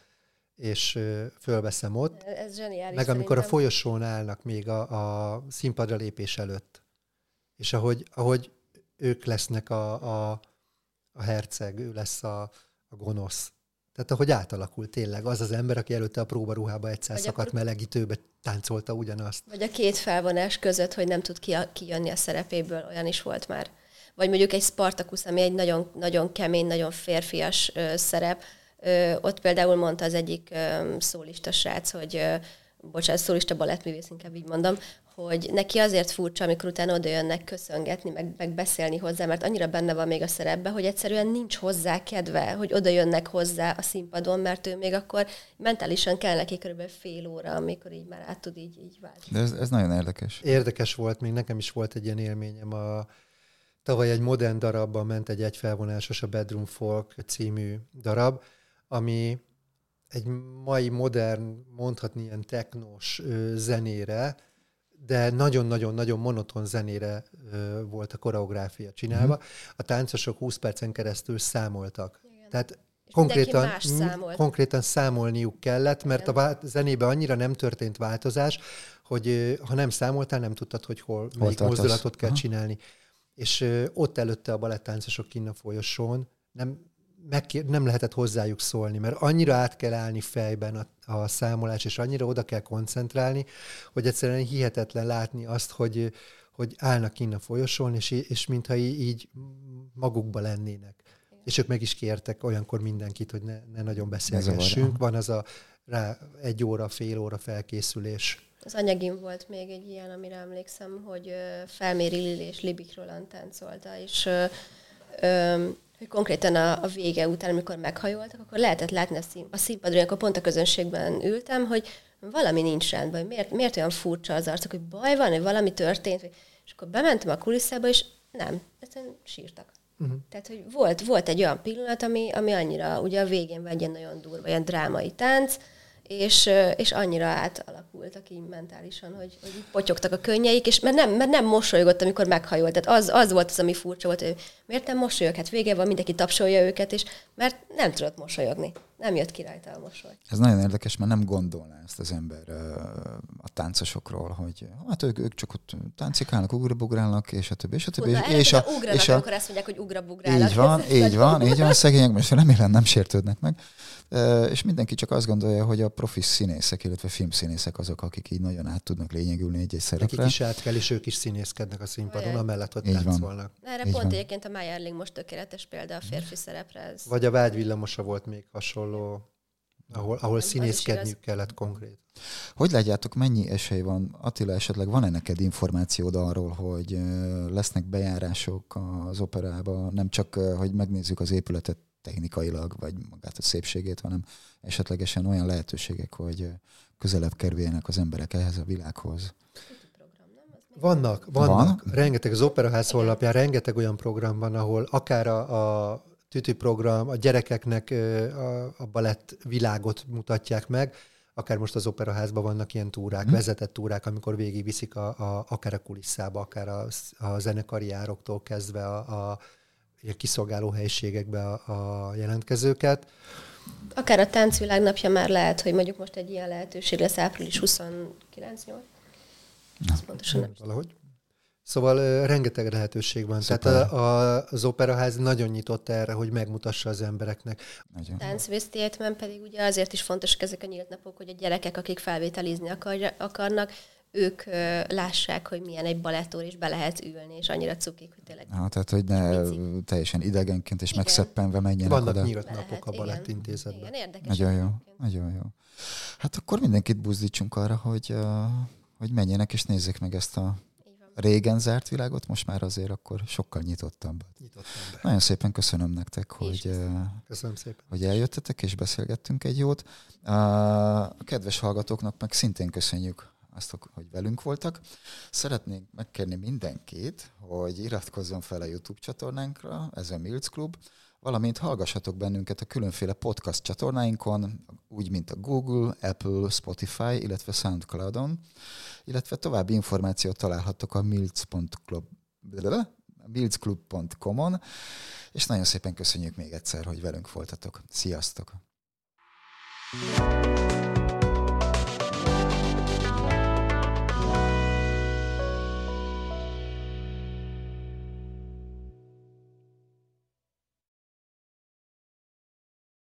és fölveszem ott. Ez zseniális. Meg amikor szerintem. a folyosón állnak még a, a színpadra lépés előtt. És ahogy, ahogy ők lesznek a, a, a herceg, ő lesz a, a gonosz. Tehát ahogy átalakul tényleg, az az ember, aki előtte a próbaruhába egyszer vagy szakadt akkor... melegítőbe, táncolta ugyanazt. Vagy a két felvonás között, hogy nem tud kijönni a szerepéből, olyan is volt már. Vagy mondjuk egy Spartacus, ami egy nagyon, nagyon kemény, nagyon férfias ö, szerep. Ö, ott például mondta az egyik ö, szólista srác, hogy, ö, bocsánat, szólista balettművész, inkább így mondom, hogy neki azért furcsa, amikor utána oda jönnek köszöngetni, meg, meg beszélni hozzá, mert annyira benne van még a szerepben, hogy egyszerűen nincs hozzá kedve, hogy oda jönnek hozzá a színpadon, mert ő még akkor mentálisan kell neki körülbelül fél óra, amikor így már át tud így, így változni. De ez, ez nagyon érdekes. Érdekes volt, még nekem is volt egy ilyen élményem. A, tavaly egy modern darabban ment egy egyfelvonásos, a Bedroom Folk című darab, ami egy mai modern, mondhatni ilyen technós ö, zenére, de nagyon-nagyon-nagyon monoton zenére ö, volt a koreográfia csinálva. Mm. A táncosok húsz percen keresztül számoltak. Igen. Tehát konkrétan, konkrétan számolniuk kellett, mert igen. a zenében annyira nem történt változás, hogy ö, ha nem számoltál, nem tudtad, hogy hol, hol melyik tartasz? Mozdulatot kell Aha. csinálni. És ö, ott előtte a balettáncosok kinn a folyosón nem, megkér, nem lehetett hozzájuk szólni, mert annyira át kell állni fejben a, a számolás, és annyira oda kell koncentrálni, hogy egyszerűen hihetetlen látni azt, hogy, hogy állnak kinn a folyosón, és, és mintha így magukba lennének. Igen. És ők meg is kértek olyankor mindenkit, hogy ne, ne nagyon beszélgessünk. Van az a rá egy óra, fél óra felkészülés. Az anyagim volt még egy ilyen, amire emlékszem, hogy Felméri Lili és Libik Roland táncolta, és ö, ö, hogy konkrétan a, a vége után, amikor meghajoltak, akkor lehetett látni a, szín, a színpadon, akkor pont a közönségben ültem, hogy valami nincs rendben, miért, miért olyan furcsa az arcok, hogy baj van, hogy valami történt, és akkor bementem a kulisszába, és nem, egyszerűen sírtak. Uh-huh. Tehát, hogy volt, volt egy olyan pillanat, ami, ami annyira, ugye a végén van egy ilyen nagyon durva, ilyen drámai tánc, és, és annyira átalakultak így mentálisan, hogy, hogy potyogtak a könnyeik, és mert nem, mert nem mosolygott, amikor meghajolt. Tehát az, az volt az, ami furcsa volt, hogy miért nem mosolyog? Hát vége van, mindenki tapsolja őket, és mert nem tudott mosolyogni. Nem jött ki rajta a mosoly. Ez nagyon érdekes, mert nem gondolná ezt az ember a táncosokról, hogy hát ők, ők csak ott táncikálnak, ugrabugrálnak, és a többi, és a többi. Tudna, és, és a, ugranak, és a, amikor azt mondják, hogy ugrabugrálnak. Így van, így van, így van, szegények, most remélem nem sértődnek meg. És mindenki csak azt gondolja, hogy a profi színészek, illetve filmszínészek azok, akik így nagyon át tudnak lényegülni egy-egy szerepre. Nekik is át kell, és ők is színészkednek a színpadon, amellett, hogy táncolnak. Erre így pont van. Egyébként a Maya Erling most tökéletes példa a férfi szerepre. Ez... Vagy a Vágyvillamosa volt még hasonló, ahol, ahol színészkedniük kellett konkrét. Hogy látjátok, mennyi esély van? Attila, esetleg van-e neked információd arról, hogy lesznek bejárások az operába, nem csak, hogy megnézzük az épületet technikailag, vagy magát a szépségét, hanem esetlegesen olyan lehetőségek, hogy közelebb kerüljenek az emberek ehhez a világhoz. Vannak, vannak. Van? Rengeteg, az Operaház honlapján rengeteg olyan program van, ahol akár a, a tütőprogram, a gyerekeknek a, a balett világot mutatják meg, akár most az Operaházban vannak ilyen túrák, hmm. vezetett túrák, amikor végigviszik a, a, akár a kulisszába, akár a, a zenekari jároktól kezdve a, a a kiszolgáló helyiségekbe a, a jelentkezőket. Akár a táncvilág napja már lehet, hogy mondjuk most egy ilyen lehetőség lesz április huszonkilenc nyolc. Ez pontosan nem. Valahogy. Szóval uh, rengeteg lehetőség van. Szuper. Tehát a, a, az Operaház nagyon nyitott erre, hogy megmutassa az embereknek. Táncvésztétben pedig ugye azért is fontos ezek a nyílt napok, hogy a gyerekek, akik felvételizni akar, akarnak, ők uh, lássák, hogy milyen egy balettór, és be lehet ülni, és annyira cukik, hogy tényleg... Ah, tehát, hogy ne pici. Teljesen idegenként és igen. megszeppenve menjenek vannak oda. Vannak nyílt napok a balettintézetben. Igen, érdekes. Nagyon jó, nagyon jó. Hát akkor mindenkit buzdítsunk arra, hogy, uh, hogy menjenek és nézzék meg ezt a régen zárt világot, most már azért akkor sokkal nyitottabb. Nyitottabb. Nagyon szépen köszönöm nektek, hogy, köszönöm szépen. hogy eljöttetek és beszélgettünk egy jót. A kedves hallgatóknak meg szintén köszönjük azt, hogy velünk voltak. Szeretnénk megkérni mindenkit, hogy iratkozzon fel a YouTube csatornánkra, ez a Milc Klub, valamint hallgassatok bennünket a különféle podcast csatornáinkon, úgy, mint a Google, Apple, Spotify, illetve SoundCloudon, illetve további információt találhattok a milc klub pont com-on, és nagyon szépen köszönjük még egyszer, hogy velünk voltatok. Sziasztok!